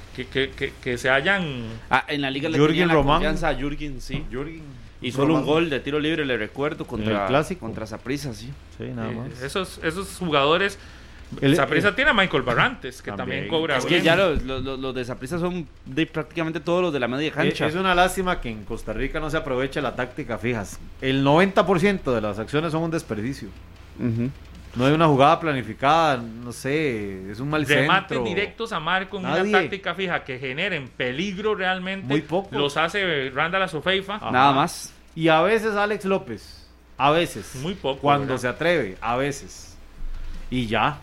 que se hayan... en la liga le Jürgen tenían la Román. confianza a Jürgen, sí. Jürgen. Y solo un Román. gol de tiro libre, le recuerdo, En el clásico. contra Saprissa, sí. Sí, nada más. esos jugadores... El- Saprissa tiene a Michael Barrantes, que también También. cobra Es que bien. ya los de Saprissa son prácticamente todos los de la media cancha. Es una lástima que en Costa Rica no se aproveche la táctica fijas. El 90% de las acciones son un desperdicio. Ujú. No hay una jugada planificada, no sé, es un mal Remates centro. directos a marco en Nadie. una táctica fija que generen peligro realmente. Muy poco. Los hace Randall Azofeifa. Ajá. Nada más. Y a veces Alex López, a veces. Muy poco, Cuando ¿verdad? se atreve, a veces. Y ya.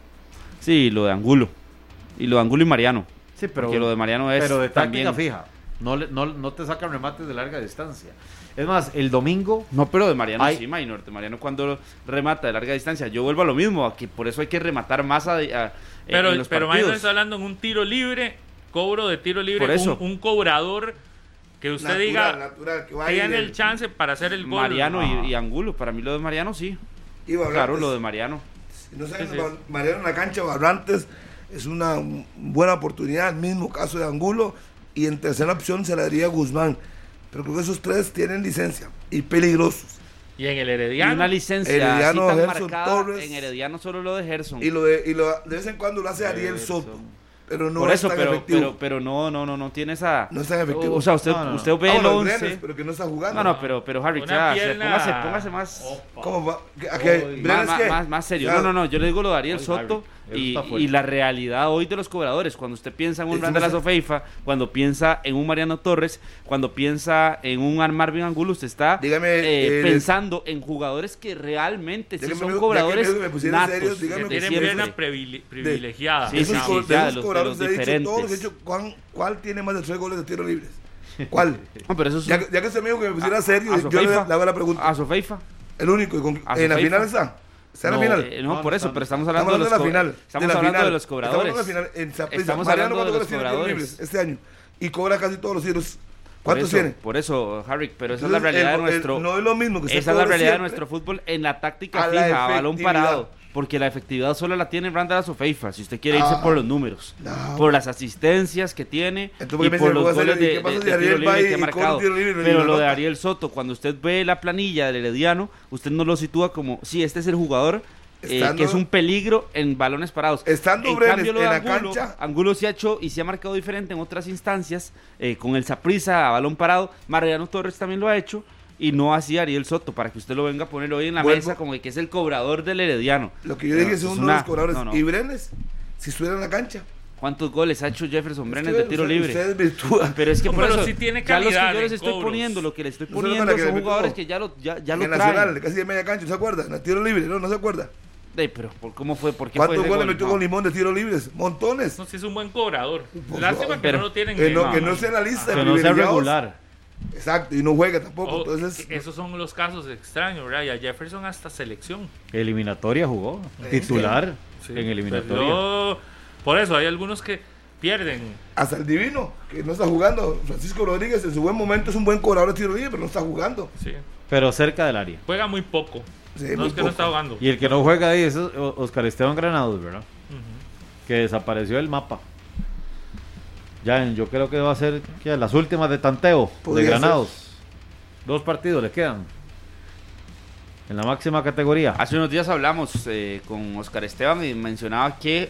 Sí, lo de Angulo. Y lo de Angulo y Mariano. Sí, pero, Porque lo de Mariano es pero de táctica también... fija. No te sacan remates de larga distancia. Es más, el domingo No, pero de Mariano Ay. sí, Minor. De Mariano cuando remata de larga distancia. Yo vuelvo a lo mismo, a que por eso hay que rematar más Pero en los Maynor partidos. está hablando en un tiro libre, cobro de tiro libre, Por eso. un cobrador que usted diga natural, que va a ir tiene el chance para hacer el gol. Mariano Ajá. y Angulo. Para mí lo de Mariano sí. Y Barrantes, Claro, lo de Mariano. si no saben, Sí, sí. Mariano en la cancha, Barrantes es una buena oportunidad, el mismo caso de Angulo, y en tercera opción se la daría a Guzmán. Pero creo que esos tres tienen licencia y peligrosos. Y en el Y Herediano, una licencia Herediano, así tan Gerson marcada. Torres. En Herediano solo lo de Gerson. Y de vez en cuando lo hace Ariel Gerson. Soto, pero no por es eso, tan pero efectivo. no tiene esa... No es tan efectivo. O sea, usted, No, no, no. usted ve el bueno, 11... Brenes, pero que no está jugando. No, pero Harry, Una ya, pierna- póngase más... ¿Cómo va? ¿A qué? Uy. ¿Brenes qué? Más serio. Ya. No, yo le digo lo de Ariel Ay, Soto Harry, y, eso está fuerte. y la realidad hoy de los cobradores. Cuando usted piensa en un Eso Randall me hace- Azofeifa, cuando piensa en un Mariano Torres, cuando piensa en un Marvin Angulo, usted está Dígame, pensando en jugadores que realmente sí dígame, son ya que cobradores me pusieron natos. serios, dígame que de tienen siempre. pierna privilegiada. Sí, esos, sí, co- sí, de ya, esos de cobradores los he dicho, todos los he diferentes. dicho, ¿cuál tiene más de 3 goles de tiro libres? ¿Cuál? No, pero eso es Ya que usted me dijo que me pusiera serio, yo le Azofeifa. hago la pregunta. Azofeifa. El único, en la Azofeifa. final está. ¿Está en la No, final? no, No, por no eso, estamos. pero estamos Estamos hablando de hablando de la los final. Estamos de la hablando final. de los cobradores. Estamos hablando de la final. En Saprissa, Estamos Mariano, hablando de ¿cuántos los goles tiene tiros cobradores. libres este año? Y cobra casi todos los tiros. Por ¿Cuántos eso, tiene? Por eso, Harry, pero esa es la Entonces, realidad de el- nuestro... no es lo mismo que usted Esa es la cobre realidad de siempre. nuestro fútbol en la táctica A la fija, a balón efectividad. parado. Porque la efectividad solo la tiene Randall Azofeifa, si usted quiere irse Ah. por los números. No. Por las asistencias que tiene Entonces, y ¿por qué por me los dice, goles ¿y qué pasa si de Ariel tiro va libre y que ha cobra un marcado. tiro libre y Pero lo lo de anota? Ariel Soto, cuando usted ve la planilla del Herediano, usted no lo sitúa como, sí, este es el jugador que es un peligro en balones parados. Estando En Brenes cambio, lo en de la cancha, Angulo se ha hecho y se ha marcado diferente en otras instancias, con el Saprissa a balón parado. Mariano Torres también lo ha hecho y no así Ariel Soto, para que usted lo venga a poner hoy en la Vuelvo. mesa como que es el cobrador del Herediano. lo que yo dije es No, uno es de una- los cobradores. no, no. Y Brenes, si estuviera en la cancha. ¿Cuántos goles ha hecho Jefferson Brenes Es que de tiro usted- libre? Ustedes virtúan. Pero es que por Pero eso, sí tiene ya los que calidad yo les en estoy cobros. poniendo, lo que le estoy No se nota poniendo la que son le jugadores metió. que ya lo En el traen. Nacional, casi de media cancha, ¿se acuerda? En el tiro libre, no se acuerda. Pero ¿cómo fue? ¿Por qué fue ¿Cuántos ese goles gol? metió No. con Limón de tiro libres? Montones. No, sí es un buen cobrador. Por Lástima favor. que Pero- no lo tienen. Que no, en- que no sea en la lista de Que no sea privilegiados. regular. Exacto, y no juega tampoco. Oh, Entonces, esos son los casos extraños, ¿verdad? Y a Jefferson hasta selección. Eliminatoria jugó. Titular Sí. en eliminatoria. Pero, por eso hay algunos que pierden. hasta el Divino, que no está jugando. Francisco Rodríguez en su buen momento es un buen cobrador de tiro libre, pero no está jugando. Sí. Pero cerca del área. Juega muy poco. Sí, no muy es que no poco. está jugando. Y el que no juega ahí es Oscar Esteban Granados, ¿verdad? Ujú. Que desapareció del mapa. Ya yo creo que va a ser ¿qué? Las últimas de tanteo Podría de Granados. 2 partidos le quedan. En la máxima categoría. Hace unos días hablamos con Oscar Esteban y mencionaba que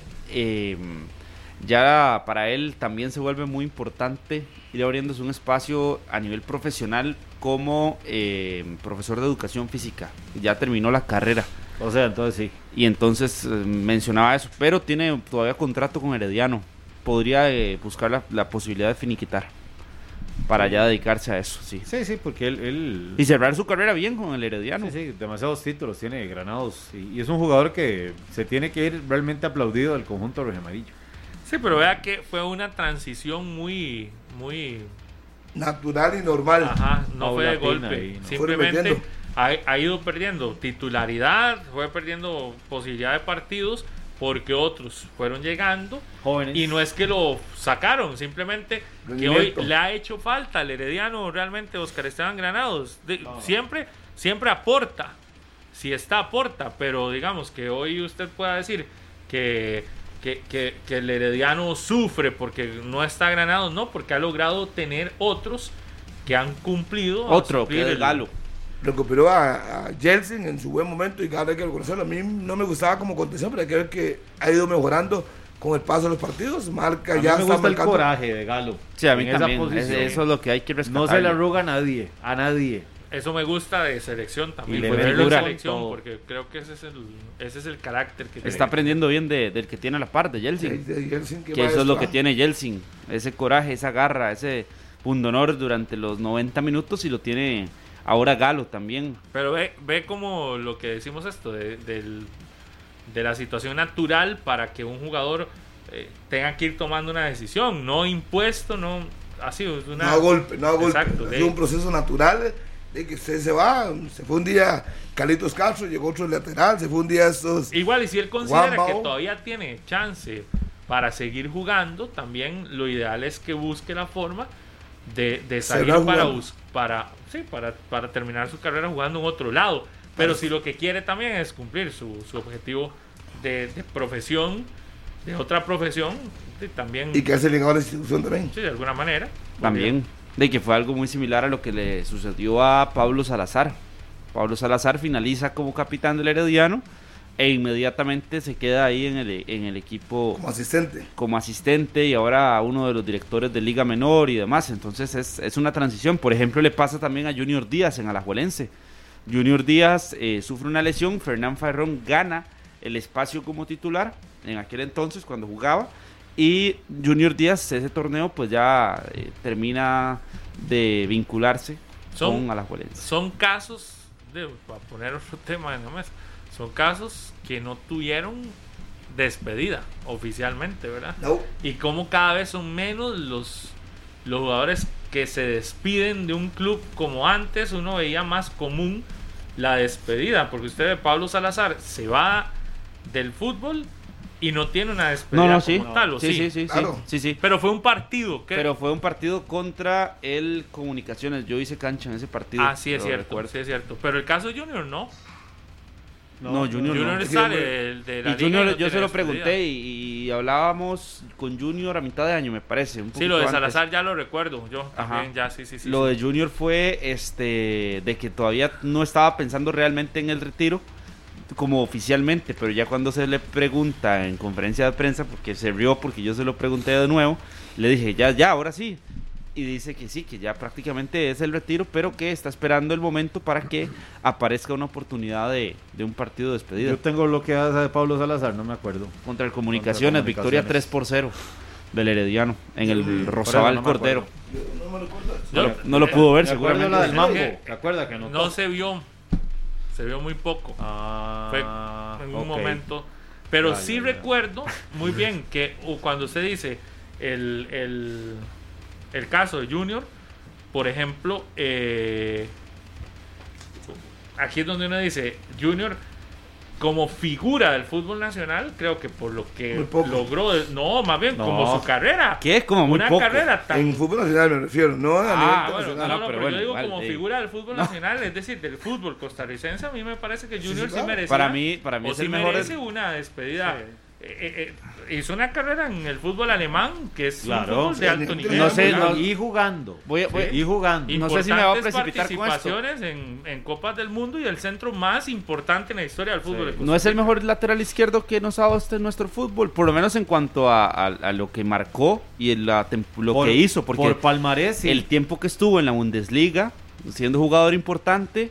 ya para él también se vuelve muy importante ir abriéndose un espacio a nivel profesional como profesor de educación física. Ya terminó la carrera O sea, entonces sí. y entonces mencionaba eso, pero tiene todavía contrato con Herediano. Podría buscar la posibilidad de finiquitar para ya dedicarse a eso, sí. Sí, sí, porque él Y cerrar su carrera bien con el Herediano. sí, sí, demasiados títulos tiene Granados. Y es un jugador que se tiene que ir realmente aplaudido del conjunto rojamarillo. Sí, pero vea que fue una transición muy Natural y normal. ajá, no fue de Paulatina golpe. ahí, ¿no? Simplemente Fueron metiendo. ha ido perdiendo titularidad, fue perdiendo posibilidad de partidos porque otros fueron llegando. Jóvenes. Y no es que lo sacaron, simplemente que hoy Rendimiento. le ha hecho falta al Herediano realmente Oscar Esteban Granados. Siempre aporta, si está aporta, pero digamos que hoy usted pueda decir que el Herediano sufre porque no está Granados, no, porque ha logrado tener otros que han cumplido. a Otro, suplir que es el- Galo. Recuperó a Jelsin en su buen momento y cada vez que lo conocieron, a mí no me gustaba como contención, pero hay que ver que ha ido mejorando con el paso de los partidos. Marca A mí ya me está gusta el marcando. coraje de Galo. Sí, a mí en esa también. posición. Eso es lo que hay que rescatar. No se le arruga a nadie. Eso me gusta de selección también, Y le ponerlo en figura selección, todo. porque creo que ese es el carácter que Está tiene. aprendiendo bien del que tiene a la par, de Jelsin. De Jelsin, Que eso es lo que tiene Jelsin. Ese coraje, esa garra, ese pundonor durante los 90 minutos y lo tiene ahora Galo también. Pero ve como lo que decimos esto, de la situación natural para que un jugador tenga que ir tomando una decisión, no impuesto, no así. No a golpe, no a golpe. Exacto, Es un proceso natural de que usted se va. Se fue un día Carlitos Castro, llegó otro lateral, se fue un día estos. Igual, y si él considera Juan que Bao. todavía tiene chance para seguir jugando, también lo ideal es que busque la forma de salir Seguir para, jugando. para terminar su carrera jugando en otro lado. Pero si lo que quiere también es cumplir su objetivo de profesión, de otra profesión, también, Y que hace ligado a la institución también. sí, de alguna manera. También. De que fue algo muy similar a lo que le sucedió a Pablo Salazar. Pablo Salazar finaliza como capitán del Herediano e inmediatamente se queda ahí en el equipo Como asistente. como asistente y ahora uno de los directores de Liga Menor y demás. Entonces es una transición. Por ejemplo, le pasa también a Junior Díaz en Alajuelense. Junior Díaz sufre una lesión, Fernán Farrón gana el espacio como titular en aquel entonces cuando jugaba y Junior Díaz ese torneo pues ya termina de vincularse con Alajuelense. Son casos, para poner otro tema en la mesa, son casos que no tuvieron despedida oficialmente, ¿verdad? No. Y como cada vez son menos los jugadores que se despiden de un club como antes uno veía más común la despedida, porque usted de Pablo Salazar se va del fútbol y no tiene una despedida Sí. como tal, ¿o sí? Sí. Claro. Sí. Pero fue un partido que... Pero fue un partido contra el Comunicaciones. Yo hice cancha en ese partido. Ah, sí es lo cierto, recuerdo. sí es cierto. Pero el caso de Junior no. No, Junior Junior no. sale Sí, de la Y liga Junior, no yo tiene se lo despedida. pregunté y hablábamos con Junior a mitad de año, me parece. Un Sí, lo poquito de antes. Salazar ya lo recuerdo. Yo Ajá. también, ya, sí. Lo de Junior fue de que todavía no estaba pensando realmente en el retiro. como oficialmente, pero ya cuando se le pregunta en conferencia de prensa, porque se rió porque yo se lo pregunté de nuevo, le dije, ya, ahora sí. Y dice que sí, que ya prácticamente es el retiro, pero que está esperando el momento para que aparezca una oportunidad de un partido de despedida. Yo tengo bloqueada de Pablo Salazar, no me acuerdo. Contra el Comunicaciones, victoria 3-0 del Herediano, en el Por Rosabal eso no me Cordero. No me lo acuerdo. No lo pudo ver, Me acuerdo seguramente. la del Mambo, que ¿te acuerdas que No se vio muy poco. Fue en un ok. momento. Pero Ya, sí ya, ya. recuerdo muy bien que cuando se dice el caso de Junior, por ejemplo, aquí es donde uno dice Junior como figura del fútbol nacional, creo que por lo que Muy poco. logró, no, más bien No. como su carrera. ¿Qué? Como muy una poco. carrera tan En fútbol nacional me refiero, no a nivel bueno, internacional. no, pero pero bueno, yo digo igual, como figura del fútbol nacional, es decir, del fútbol costarricense, a mí me parece que Junior sí, claro. merece. Para mí o es sí el mejor. merece una despedida. Hizo una carrera en el fútbol alemán, que es Claro. un fútbol de alto No nivel. No sé, ¿verdad? no- Y jugando. Voy- Y jugando. No sé si me va a Importantes precipitar con esto. participaciones en Copas del Mundo y el centro más importante en la historia del fútbol. Sí. de Costa No es el Rica. mejor lateral izquierdo que nos ha dado nuestro fútbol, por lo menos en cuanto a lo que marcó y lo que hizo, porque por palmarés, sí. el tiempo que estuvo en la Bundesliga, siendo jugador importante,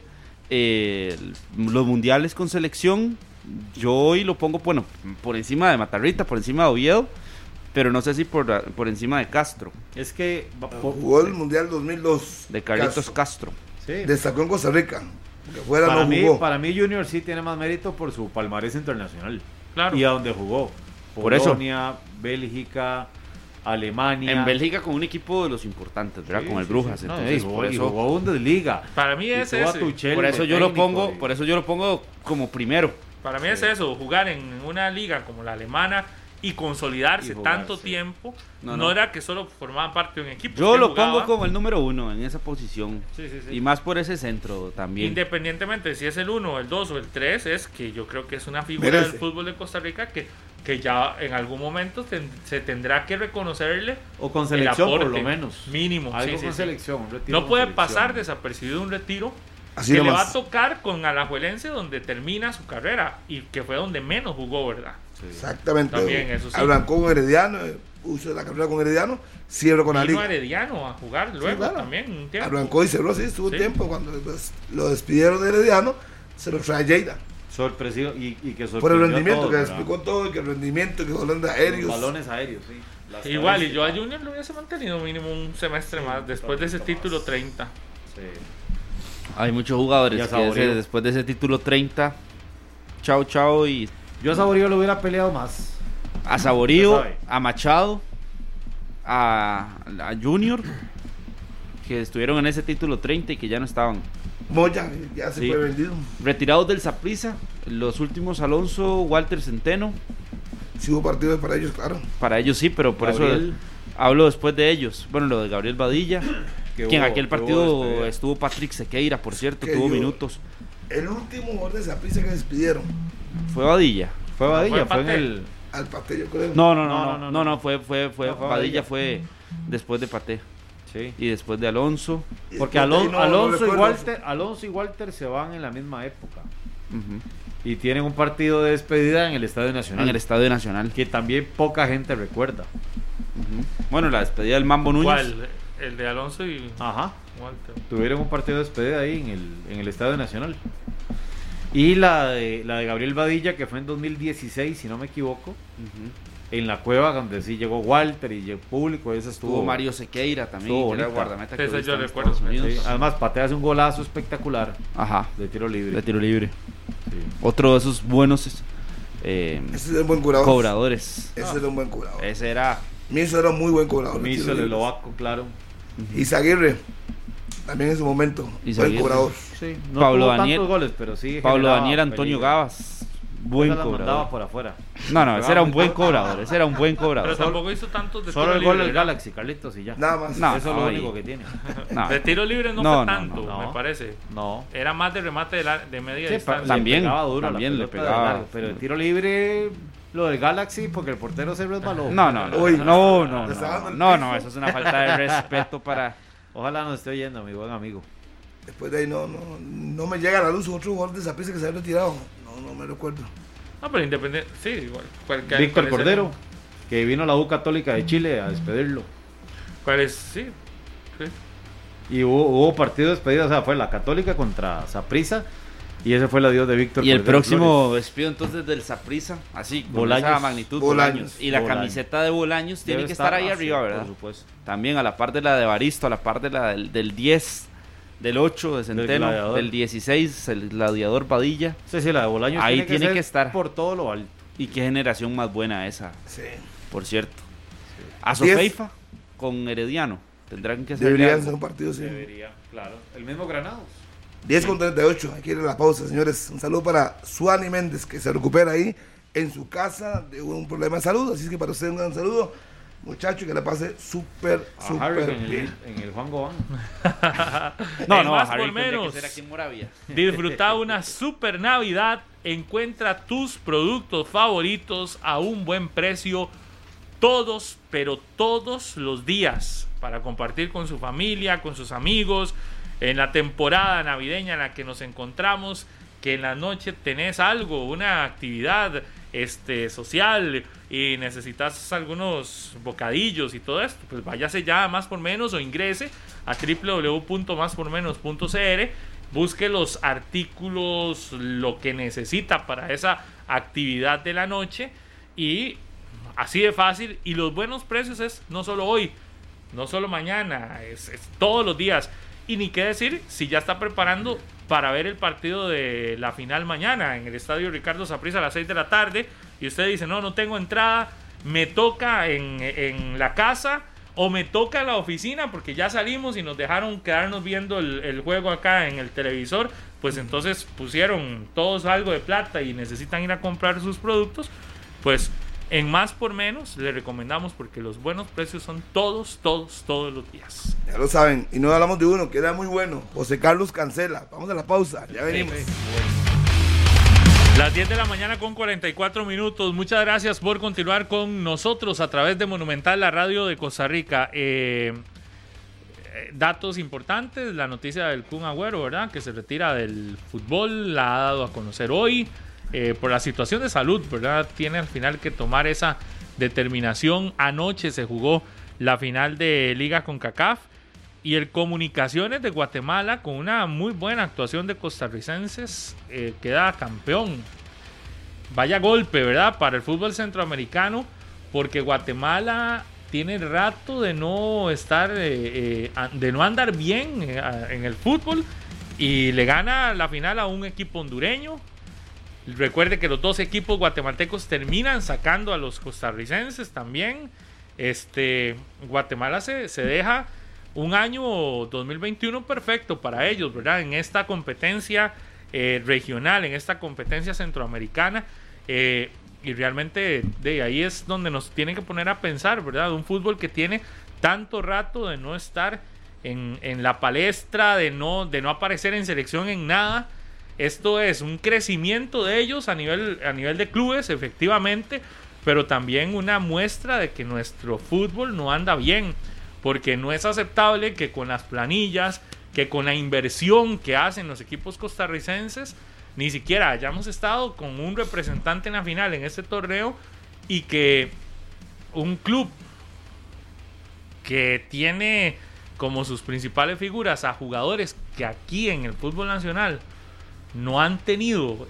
los mundiales con selección, yo hoy lo pongo, bueno, por encima de Matarrita, por encima de Oviedo, pero no sé si por encima de Castro, Es que Jugó el Mundial 2002. de Carlitos Castro. Castro. sí. Destacó en Costa Rica. Porque fuera para, no mí, jugó. para mí Junior sí tiene más mérito por su palmarés internacional. Claro. Y a donde jugó. Por eso. Polonia, Bélgica, Alemania. En Bélgica con un equipo de los importantes, ¿verdad? Sí, con el sí, Brujas, sí. No, entonces y jugó, por y eso... jugó Bundesliga. Para mí es Y tuvo a ese. Tuchel Por eso de yo lo técnico, pongo, y- por eso yo lo pongo como primero. Para mí es eso, jugar en una liga como la alemana y consolidarse Y jugar, tanto sí. tiempo. No, No, no. era que solo formaba parte de un equipo. Yo que lo jugaba, pongo como el número 1 en esa posición. Sí, sí, sí. Y más por ese centro también. Independientemente de si es el 1, el 2 o el 3, es que yo creo que es una figura Merece. del fútbol de Costa Rica que ya en algún momento se tendrá que reconocerle O con el selección, por aporte lo menos. mínimo. Algo sí, sí, con sí. selección. un retiro No con puede selección. pasar desapercibido un retiro Así que le va nomás. a tocar con Alajuelense, donde termina su carrera y que fue donde menos jugó, ¿verdad? Sí. Exactamente. También, eso sí. Arrancó con Herediano, puso la carrera con Herediano, cierra con la Vino liga. Herediano a jugar luego claro. también un tiempo. Arrancó y cerró, sí, estuvo Sí. un tiempo cuando pues, lo despidieron de Herediano, se lo trae Lleida. Sorpresivo y que sorprendió Por el a rendimiento, todos, que ¿verdad? explicó todo, que el rendimiento, que balones Los aéreos. balones aéreos, sí. Las Igual, y yo a estadísticas. Junior lo hubiese mantenido mínimo un semestre más después de ese título 30. Sí. Hay muchos jugadores Y a que Saborío. después de ese título 30, chao y Yo a Saborío lo hubiera peleado más. a Saborío, Usted sabe. a Machado, a Junior, que estuvieron en ese título 30 y que ya no estaban. Moya, ya se Sí. fue vendido. Retirados del Saprissa, los últimos Alonso, Walter Centeno, Sí hubo partidos para ellos, claro. para ellos sí, pero por Gabriel, eso hablo después de ellos. Bueno, lo de Gabriel Badilla, que que en hubo- aquel que hubo partido despedida. estuvo Patrick Sequeira, por cierto, Que tuvo yo- minutos. El último jugador de Saprissa que despidieron, Fue Badilla. Fue Badilla, Fue fue en Paté. el... al Paté, yo creo. No, fue No, fue Badilla, Badilla. fue después de Paté Sí. y después de Alonso. Y Porque después de ahí Alonso, recuerdo. Alonso y Walter se van en la misma época. Ujú. Y tienen un partido de despedida en el Estadio Nacional. En el Estadio Nacional. Que también poca gente recuerda. Ujú. Bueno, la despedida del Mambo Núñez. ¿Cuál? El de Alonso y Ajá. Walter. Tuvieron un partido de despedida ahí en el Estadio Nacional. Y la de Gabriel Badilla, que fue en 2016, si no me equivoco, Ujú. en la cueva donde sí llegó Walter y llegó público. Esa Estuvo Mario Sequeira también, estuvo que era bonita. guardameta que Esa ahorita yo está en recuerdo. Estados Unidos. Sí, además, Patea hace un golazo espectacular Ajá, de tiro libre. de tiro libre. Sí. Otro de esos buenos Ese es un buen curador. cobradores. Ese era un buen curador. Ese era. Miso era un muy buen curador. Miso, el eslovaco, claro. Izaguirre, también en su momento, Izaguirre. buen curador. Sí, no Pablo tuvo Daniel- tantos goles, pero sí Pablo generaba Daniel Antonio peligro. Gabas. Buen Esa la mandaba cobrador. por afuera. No, ese era un buen cobrador. Ese era un buen Pero cobrador. tampoco hizo tantos de Solo tiro el gol libre. del Galaxy, Carlitos, y ya. Nada más. No. Eso es lo ay. único que tiene. No. De tiro libre no, No, fue no, tanto, no. me parece. No. Era más de remate de media Sí, distancia. También, le pegaba duro la también le pelota de pegaba. largo, pero el tiro libre, lo del Galaxy, porque el portero se resbaló. No, no, no. Uy. No, eso es una falta de respeto para. Ojalá nos esté oyendo, mi buen amigo. Después de ahí no me llega a la luz otro jugador de Saprissa que se había retirado. No me recuerdo. No, pero Independiente, sí, igual. Víctor Cordero, que vino a la U Católica de Chile a despedirlo. ¿Cuál es? Sí. Y hubo partido de despedida, o sea, fue la Católica contra Saprissa. Y ese fue el adiós de Víctor Y el Cordero próximo Flores. despido entonces del Saprissa, así, con Bolaños. esa magnitud, Bolaños. Y la Bolaños. camiseta de Bolaños tiene Debe que estar ahí así, arriba, ¿verdad? Por supuesto. También a la par de la de Baristo, a la par de la del 10, del 8 de Centeno, Gladiador. del 16, el gladiador Padilla. Sí, la de Bolaños Ahí tiene ser que estar. por todo lo alto. Y qué generación más buena esa, Sí. por cierto. A 10. Sofeifa con Herediano. Tendrán que hacer Deberían ser un partido, sí. Debería, claro. El mismo Granados. 10:38, hay que ir a la pausa, señores. Un saludo para Suani Méndez, que se recupera ahí en su casa de un problema de salud. Así es que para usted un gran saludo, muchacho, que le pase súper bien. En el Juan Gobán. No, En no, más Harry por tendría menos. que ser aquí en Moravia. Disfruta una super Navidad. Encuentra tus productos favoritos a un buen precio todos, pero todos los días, para compartir con su familia, con sus amigos, en la temporada navideña en la que nos encontramos, que en la noche tenés algo, una actividad social y necesitas algunos bocadillos y todo esto, pues váyase ya a Más por Menos o ingrese a www.maspormenos.cr, busque los artículos, lo que necesita para esa actividad de la noche, y así de fácil. Y los buenos precios es no solo hoy, no solo mañana, es todos los días. Y ni qué decir si ya está preparando para ver el partido de la final mañana en el estadio Ricardo Saprissa a las 6 de la tarde, y usted dice, no tengo entrada, me toca en la casa o me toca en la oficina porque ya salimos y nos dejaron quedarnos viendo el juego acá en el televisor, pues entonces pusieron todos algo de plata y necesitan ir a comprar sus productos, pues en Más por Menos le recomendamos, porque los buenos precios son todos los días. Ya lo saben, y no hablamos de uno que era muy bueno, José Carlos Cancela. Vamos a la pausa, ya venimos. Las 10 de la mañana con 44 minutos. Muchas gracias por continuar con nosotros a través de Monumental, la radio de Costa Rica. Datos importantes, la noticia del Kun Agüero, ¿verdad? Que se retira del fútbol, la ha dado a conocer hoy. Por la situación de salud, ¿verdad? Tiene al final que tomar esa determinación. Anoche se jugó la final de Liga CONCACAF y el Comunicaciones de Guatemala, con una muy buena actuación de costarricenses, queda campeón. Vaya golpe, ¿verdad? Para el fútbol centroamericano, porque Guatemala tiene rato de no estar, de no andar bien en el fútbol, y le gana la final a un equipo hondureño. Recuerde que los dos equipos guatemaltecos terminan sacando a los costarricenses también. Guatemala se deja un año 2021 perfecto para ellos, ¿verdad? En esta competencia regional, en esta competencia centroamericana. Y realmente de ahí es donde nos tienen que poner a pensar, ¿verdad? Un fútbol que tiene tanto rato de no estar en la palestra, de no aparecer en selección en nada. Esto es un crecimiento de ellos a nivel de clubes, efectivamente, pero también una muestra de que nuestro fútbol no anda bien, porque no es aceptable que con las planillas, que con la inversión que hacen los equipos costarricenses, ni siquiera hayamos estado con un representante en la final en este torneo, y que un club que tiene como sus principales figuras a jugadores que aquí en el fútbol nacional no han tenido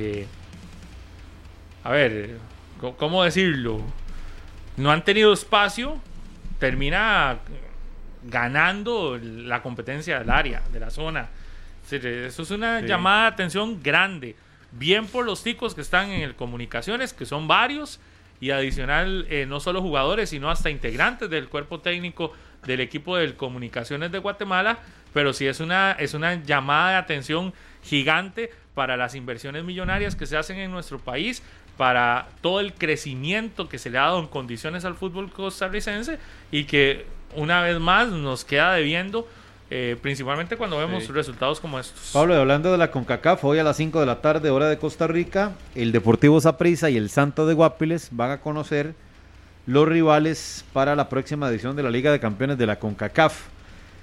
¿cómo decirlo? No han tenido espacio, termina ganando la competencia del área, de la zona. Eso es una llamada de atención grande, bien por los ticos que están en el Comunicaciones, que son varios, y adicional no solo jugadores, sino hasta integrantes del cuerpo técnico del equipo del Comunicaciones de Guatemala, pero sí es una llamada de atención gigante para las inversiones millonarias que se hacen en nuestro país, para todo el crecimiento que se le ha dado en condiciones al fútbol costarricense, y que una vez más nos queda debiendo, principalmente cuando vemos resultados como estos. Pablo, hablando de la CONCACAF, hoy a las 5 de la tarde, hora de Costa Rica, el Deportivo Saprissa y el Santos de Guápiles van a conocer los rivales para la próxima edición de la Liga de Campeones de la CONCACAF.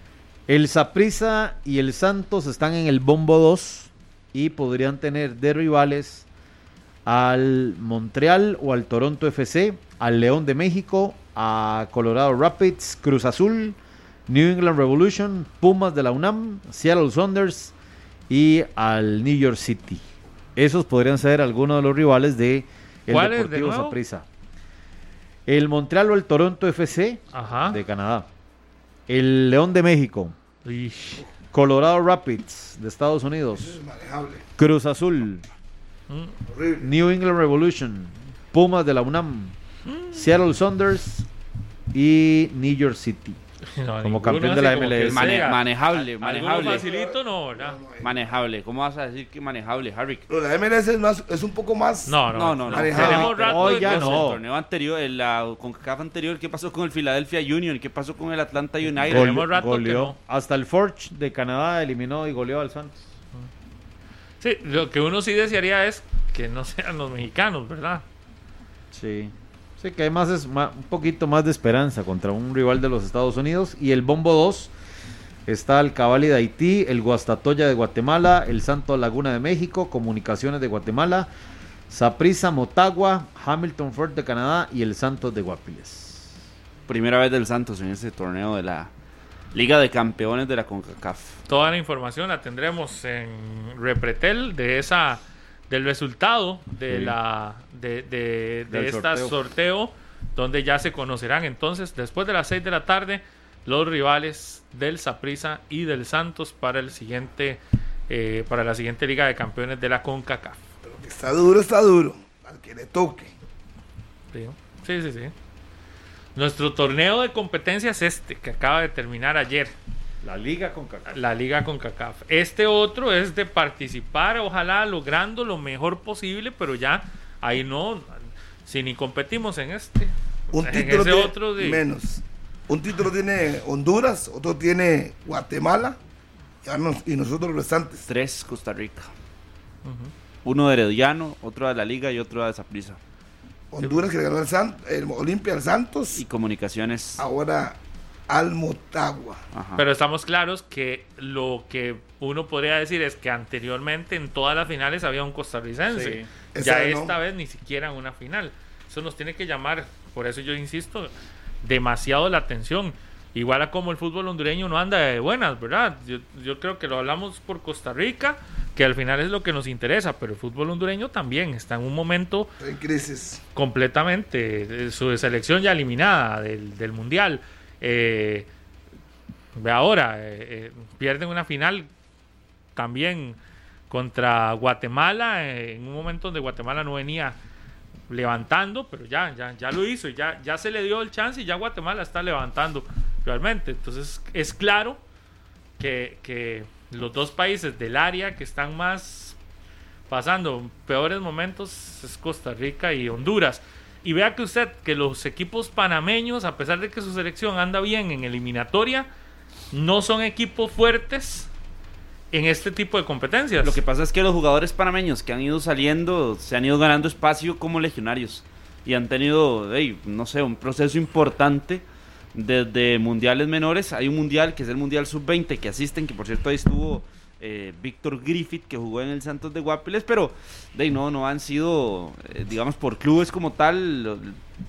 El Saprissa y el Santos están en el bombo 2 y podrían tener de rivales al Montreal o al Toronto FC, al León de México, a Colorado Rapids, Cruz Azul, New England Revolution, Pumas de la UNAM, Seattle Sounders y al New York City. Esos podrían ser algunos de los rivales de el Deportivo Saprissa. El Montreal o el Toronto FC de Canadá. El León de México. Ish. Colorado Rapids de Estados Unidos. Cruz Azul. New England Revolution. Pumas de la UNAM. Seattle Sounders y New York City. No, como campeón de la MLS. Manejable. Facilito, no, ¿verdad? Manejable. ¿Cómo vas a decir que manejable, Harry? Pero la MLS es un poco más... No. Tenemos rato ya El no. torneo anterior, la CONCACAF anterior, ¿qué pasó con el Philadelphia Union? ¿Qué pasó con el Atlanta United? Tenemos rato que Goleó. no. Hasta el Forge de Canadá eliminó y goleó al Santos. Sí, lo que uno sí desearía es que no sean los mexicanos, ¿verdad? Sí. Sí, que además es un poquito más de esperanza contra un rival de los Estados Unidos. Y el bombo 2 está el Cavalli de Haití, el Guastatoya de Guatemala, el Santos Laguna de México, Comunicaciones de Guatemala, Saprissa, Motagua, Hamilton Ford de Canadá y el Santos de Guapiles. Primera vez del Santos en este torneo de la Liga de Campeones de la CONCACAF. Toda la información la tendremos en Repretel del resultado de este sorteo, donde ya se conocerán entonces después de las 6 de la tarde los rivales del Saprissa y del Santos para la siguiente Liga de Campeones de la CONCACAF. Pero que está duro, al que le toque. Sí. Nuestro torneo de competencia es que acaba de terminar ayer. La Liga CONCACAF. La Liga CONCACAF. Este otro es de participar, ojalá logrando lo mejor posible, pero ya ahí no, si ni competimos en un en título ese tiene otro menos. Un título tiene Honduras, otro tiene Guatemala y nosotros los restantes. 3 Costa Rica. Uno de Herediano, otro de la Liga y otro de Saprissa. Honduras que le ganó el Olimpia al Santos. Y Comunicaciones. Ahora al Motagua. Ajá. Pero estamos claros que lo que uno podría decir es que anteriormente en todas las finales había un costarricense. Sí. Ya esta vez ni siquiera en una final. Eso nos tiene que llamar, por eso yo insisto, demasiado la atención. Igual a como el fútbol hondureño no anda de buenas, ¿verdad? Yo creo que lo hablamos por Costa Rica, que al final es lo que nos interesa, pero el fútbol hondureño también está en un momento en crisis. Completamente, su selección ya eliminada del Mundial. Ve ahora, pierden una final también contra Guatemala, en un momento donde Guatemala no venía levantando, pero ya lo hizo, ya se le dio el chance y ya Guatemala está levantando realmente. Entonces es claro que los dos países del área que están más pasando peores momentos es Costa Rica y Honduras. Y vea que usted, que los equipos panameños, a pesar de que su selección anda bien en eliminatoria, no son equipos fuertes en este tipo de competencias. Lo que pasa es que los jugadores panameños que han ido saliendo se han ido ganando espacio como legionarios y han tenido, no sé, un proceso importante desde mundiales menores. Hay un mundial que es el Mundial Sub-20 que asisten, que por cierto ahí estuvo Víctor Griffith, que jugó en el Santos de Guapiles, pero no han sido, digamos, por clubes como tal,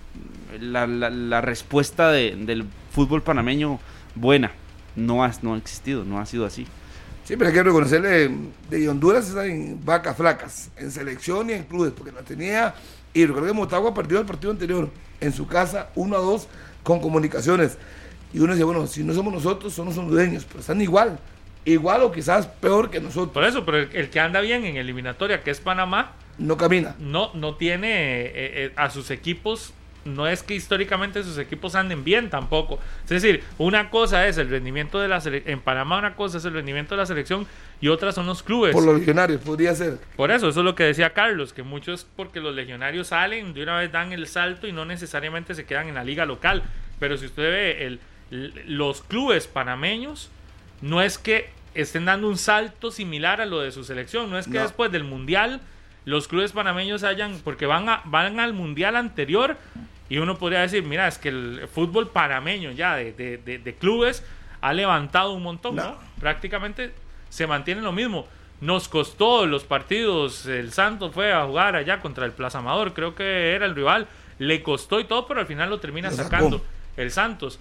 la respuesta del fútbol panameño buena no ha existido, no ha sido así. Sí, pero hay que reconocerle, de Honduras está en vacas flacas, en selección y en clubes, porque la tenía, y recuerdo que Motagua perdió el partido anterior en su casa 1-2 con Comunicaciones, y uno dice, bueno, si no somos nosotros, son los hondureños, pero están igual o quizás peor que nosotros. Por eso, pero el que anda bien en eliminatoria, que es Panamá, no camina. No tiene a sus equipos, no es que históricamente sus equipos anden bien tampoco. Es decir, una cosa es el rendimiento de la selección, en Panamá una cosa es el rendimiento de la selección y otras son los clubes. Por los legionarios, podría ser. Por eso es lo que decía Carlos, que muchos, porque los legionarios salen, de una vez dan el salto y no necesariamente se quedan en la liga local. Pero si usted ve los clubes panameños, no es que estén dando un salto similar a lo de su selección, no es que después del mundial los clubes panameños porque van al mundial anterior y uno podría decir, mira, es que el fútbol panameño ya de clubes ha levantado un montón, ¿no? Prácticamente se mantiene lo mismo. Nos costó los partidos, el Santos fue a jugar allá contra el Plaza Amador, creo que era el rival, le costó y todo, pero al final lo termina sacando el Santos.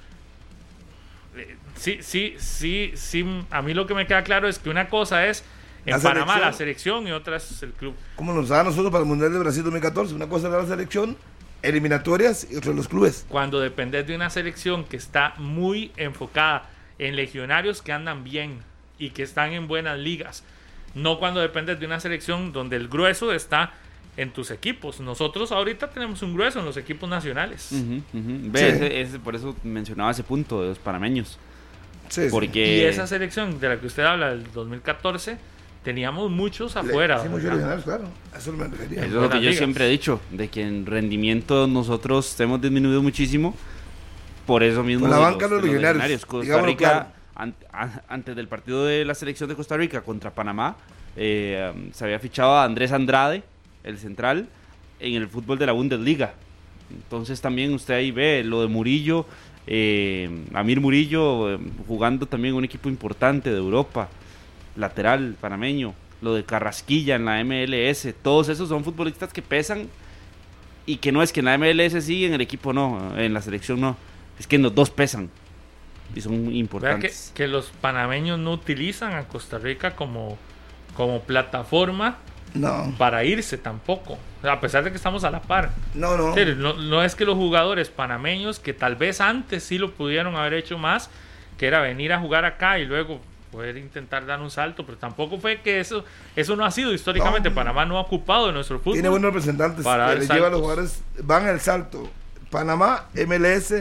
Sí, a mí lo que me queda claro es que una cosa es en Panamá la selección y otra es el club. Como nos da a nosotros para el Mundial de Brasil 2014, una cosa era la selección, eliminatorias, y otra los clubes. Cuando dependes de una selección que está muy enfocada en legionarios que andan bien y que están en buenas ligas, no cuando dependes de una selección donde el grueso está en tus equipos. Nosotros ahorita tenemos un grueso en los equipos nacionales. Por eso mencionaba ese punto de los panameños. Y esa selección de la que usted habla del 2014, teníamos muchos afuera. Sí, muchos legionarios, claro. Eso me refería. Eso es lo que yo siempre he dicho, de que en rendimiento nosotros hemos disminuido muchísimo. Por eso mismo. Con la banca de los legionarios. Costa Rica, antes del partido de la selección de Costa Rica contra Panamá, se había fichado a Andrés Andrade, el central, en el fútbol de la Bundesliga. Entonces también usted ahí ve lo de Murillo, Amir Murillo, jugando también en un equipo importante de Europa, lateral panameño, lo de Carrasquilla en la MLS, todos esos son futbolistas que pesan, y que no es que en la MLS sí, en el equipo no, en la selección no, es que en los dos pesan y son importantes. Que los panameños no utilizan a Costa Rica como plataforma para irse tampoco, a pesar de que estamos a la par. No es que los jugadores panameños, que tal vez antes sí lo pudieron haber hecho más, que era venir a jugar acá y luego poder intentar dar un salto, pero tampoco fue que eso no ha sido históricamente. Panamá no ha ocupado nuestro fútbol. Tiene buenos representantes para que les llevan los jugadores, van al salto. Panamá, MLS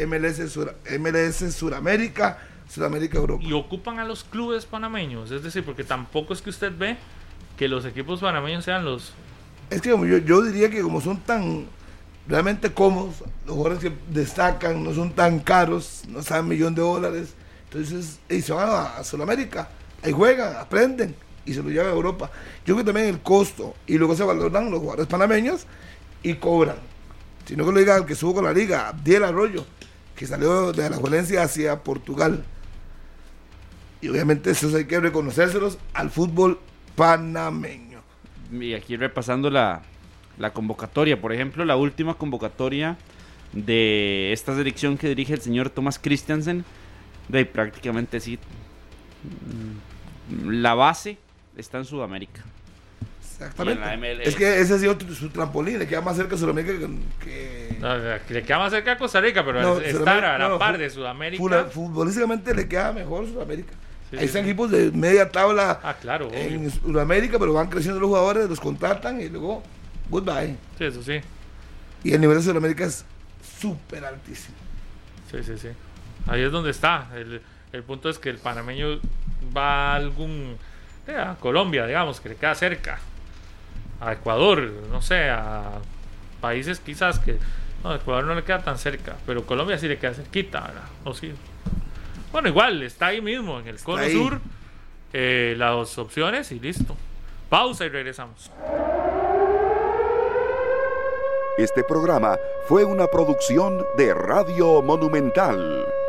Suramérica, Sudamérica, Europa. Y ocupan a los clubes panameños, es decir, porque tampoco es que usted ve que los equipos panameños sean los... Es que yo diría que como son tan realmente cómodos, los jugadores que destacan no son tan caros, no saben $1,000,000, entonces y se van a Sudamérica, ahí juegan, aprenden y se lo llevan a Europa. Yo creo que también el costo, y luego se valoran los jugadores panameños y cobran. Si no, que lo diga el que subo con la liga, Abdiel Arroyo, que salió de la Juelencia hacia Portugal. Y obviamente eso hay que reconocérselos al fútbol panameño. Y aquí repasando la convocatoria, por ejemplo, la última convocatoria de esta selección que dirige el señor Thomas Christiansen, de prácticamente sí, la base está en Sudamérica. Exactamente. Es que ese ha sido su trampolín, le queda más cerca a Sudamérica que... No, le queda más cerca a Costa Rica, pero estar a la par de Sudamérica. Futbolísticamente le queda mejor Sudamérica. Ahí están equipos de media tabla en Sudamérica, pero van creciendo los jugadores, los contratan y luego goodbye. Sí, eso sí. Y el nivel de Sudamérica es súper altísimo. Sí. Ahí es donde está. El punto es que el panameño va a a Colombia, digamos, que le queda cerca. A Ecuador, no sé, a países quizás que... No, Ecuador no le queda tan cerca, pero Colombia sí le queda cerquita, ¿verdad? O sí. Bueno, igual, está ahí mismo, en el cono sur, las opciones y listo. Pausa y regresamos. Este programa fue una producción de Radio Monumental.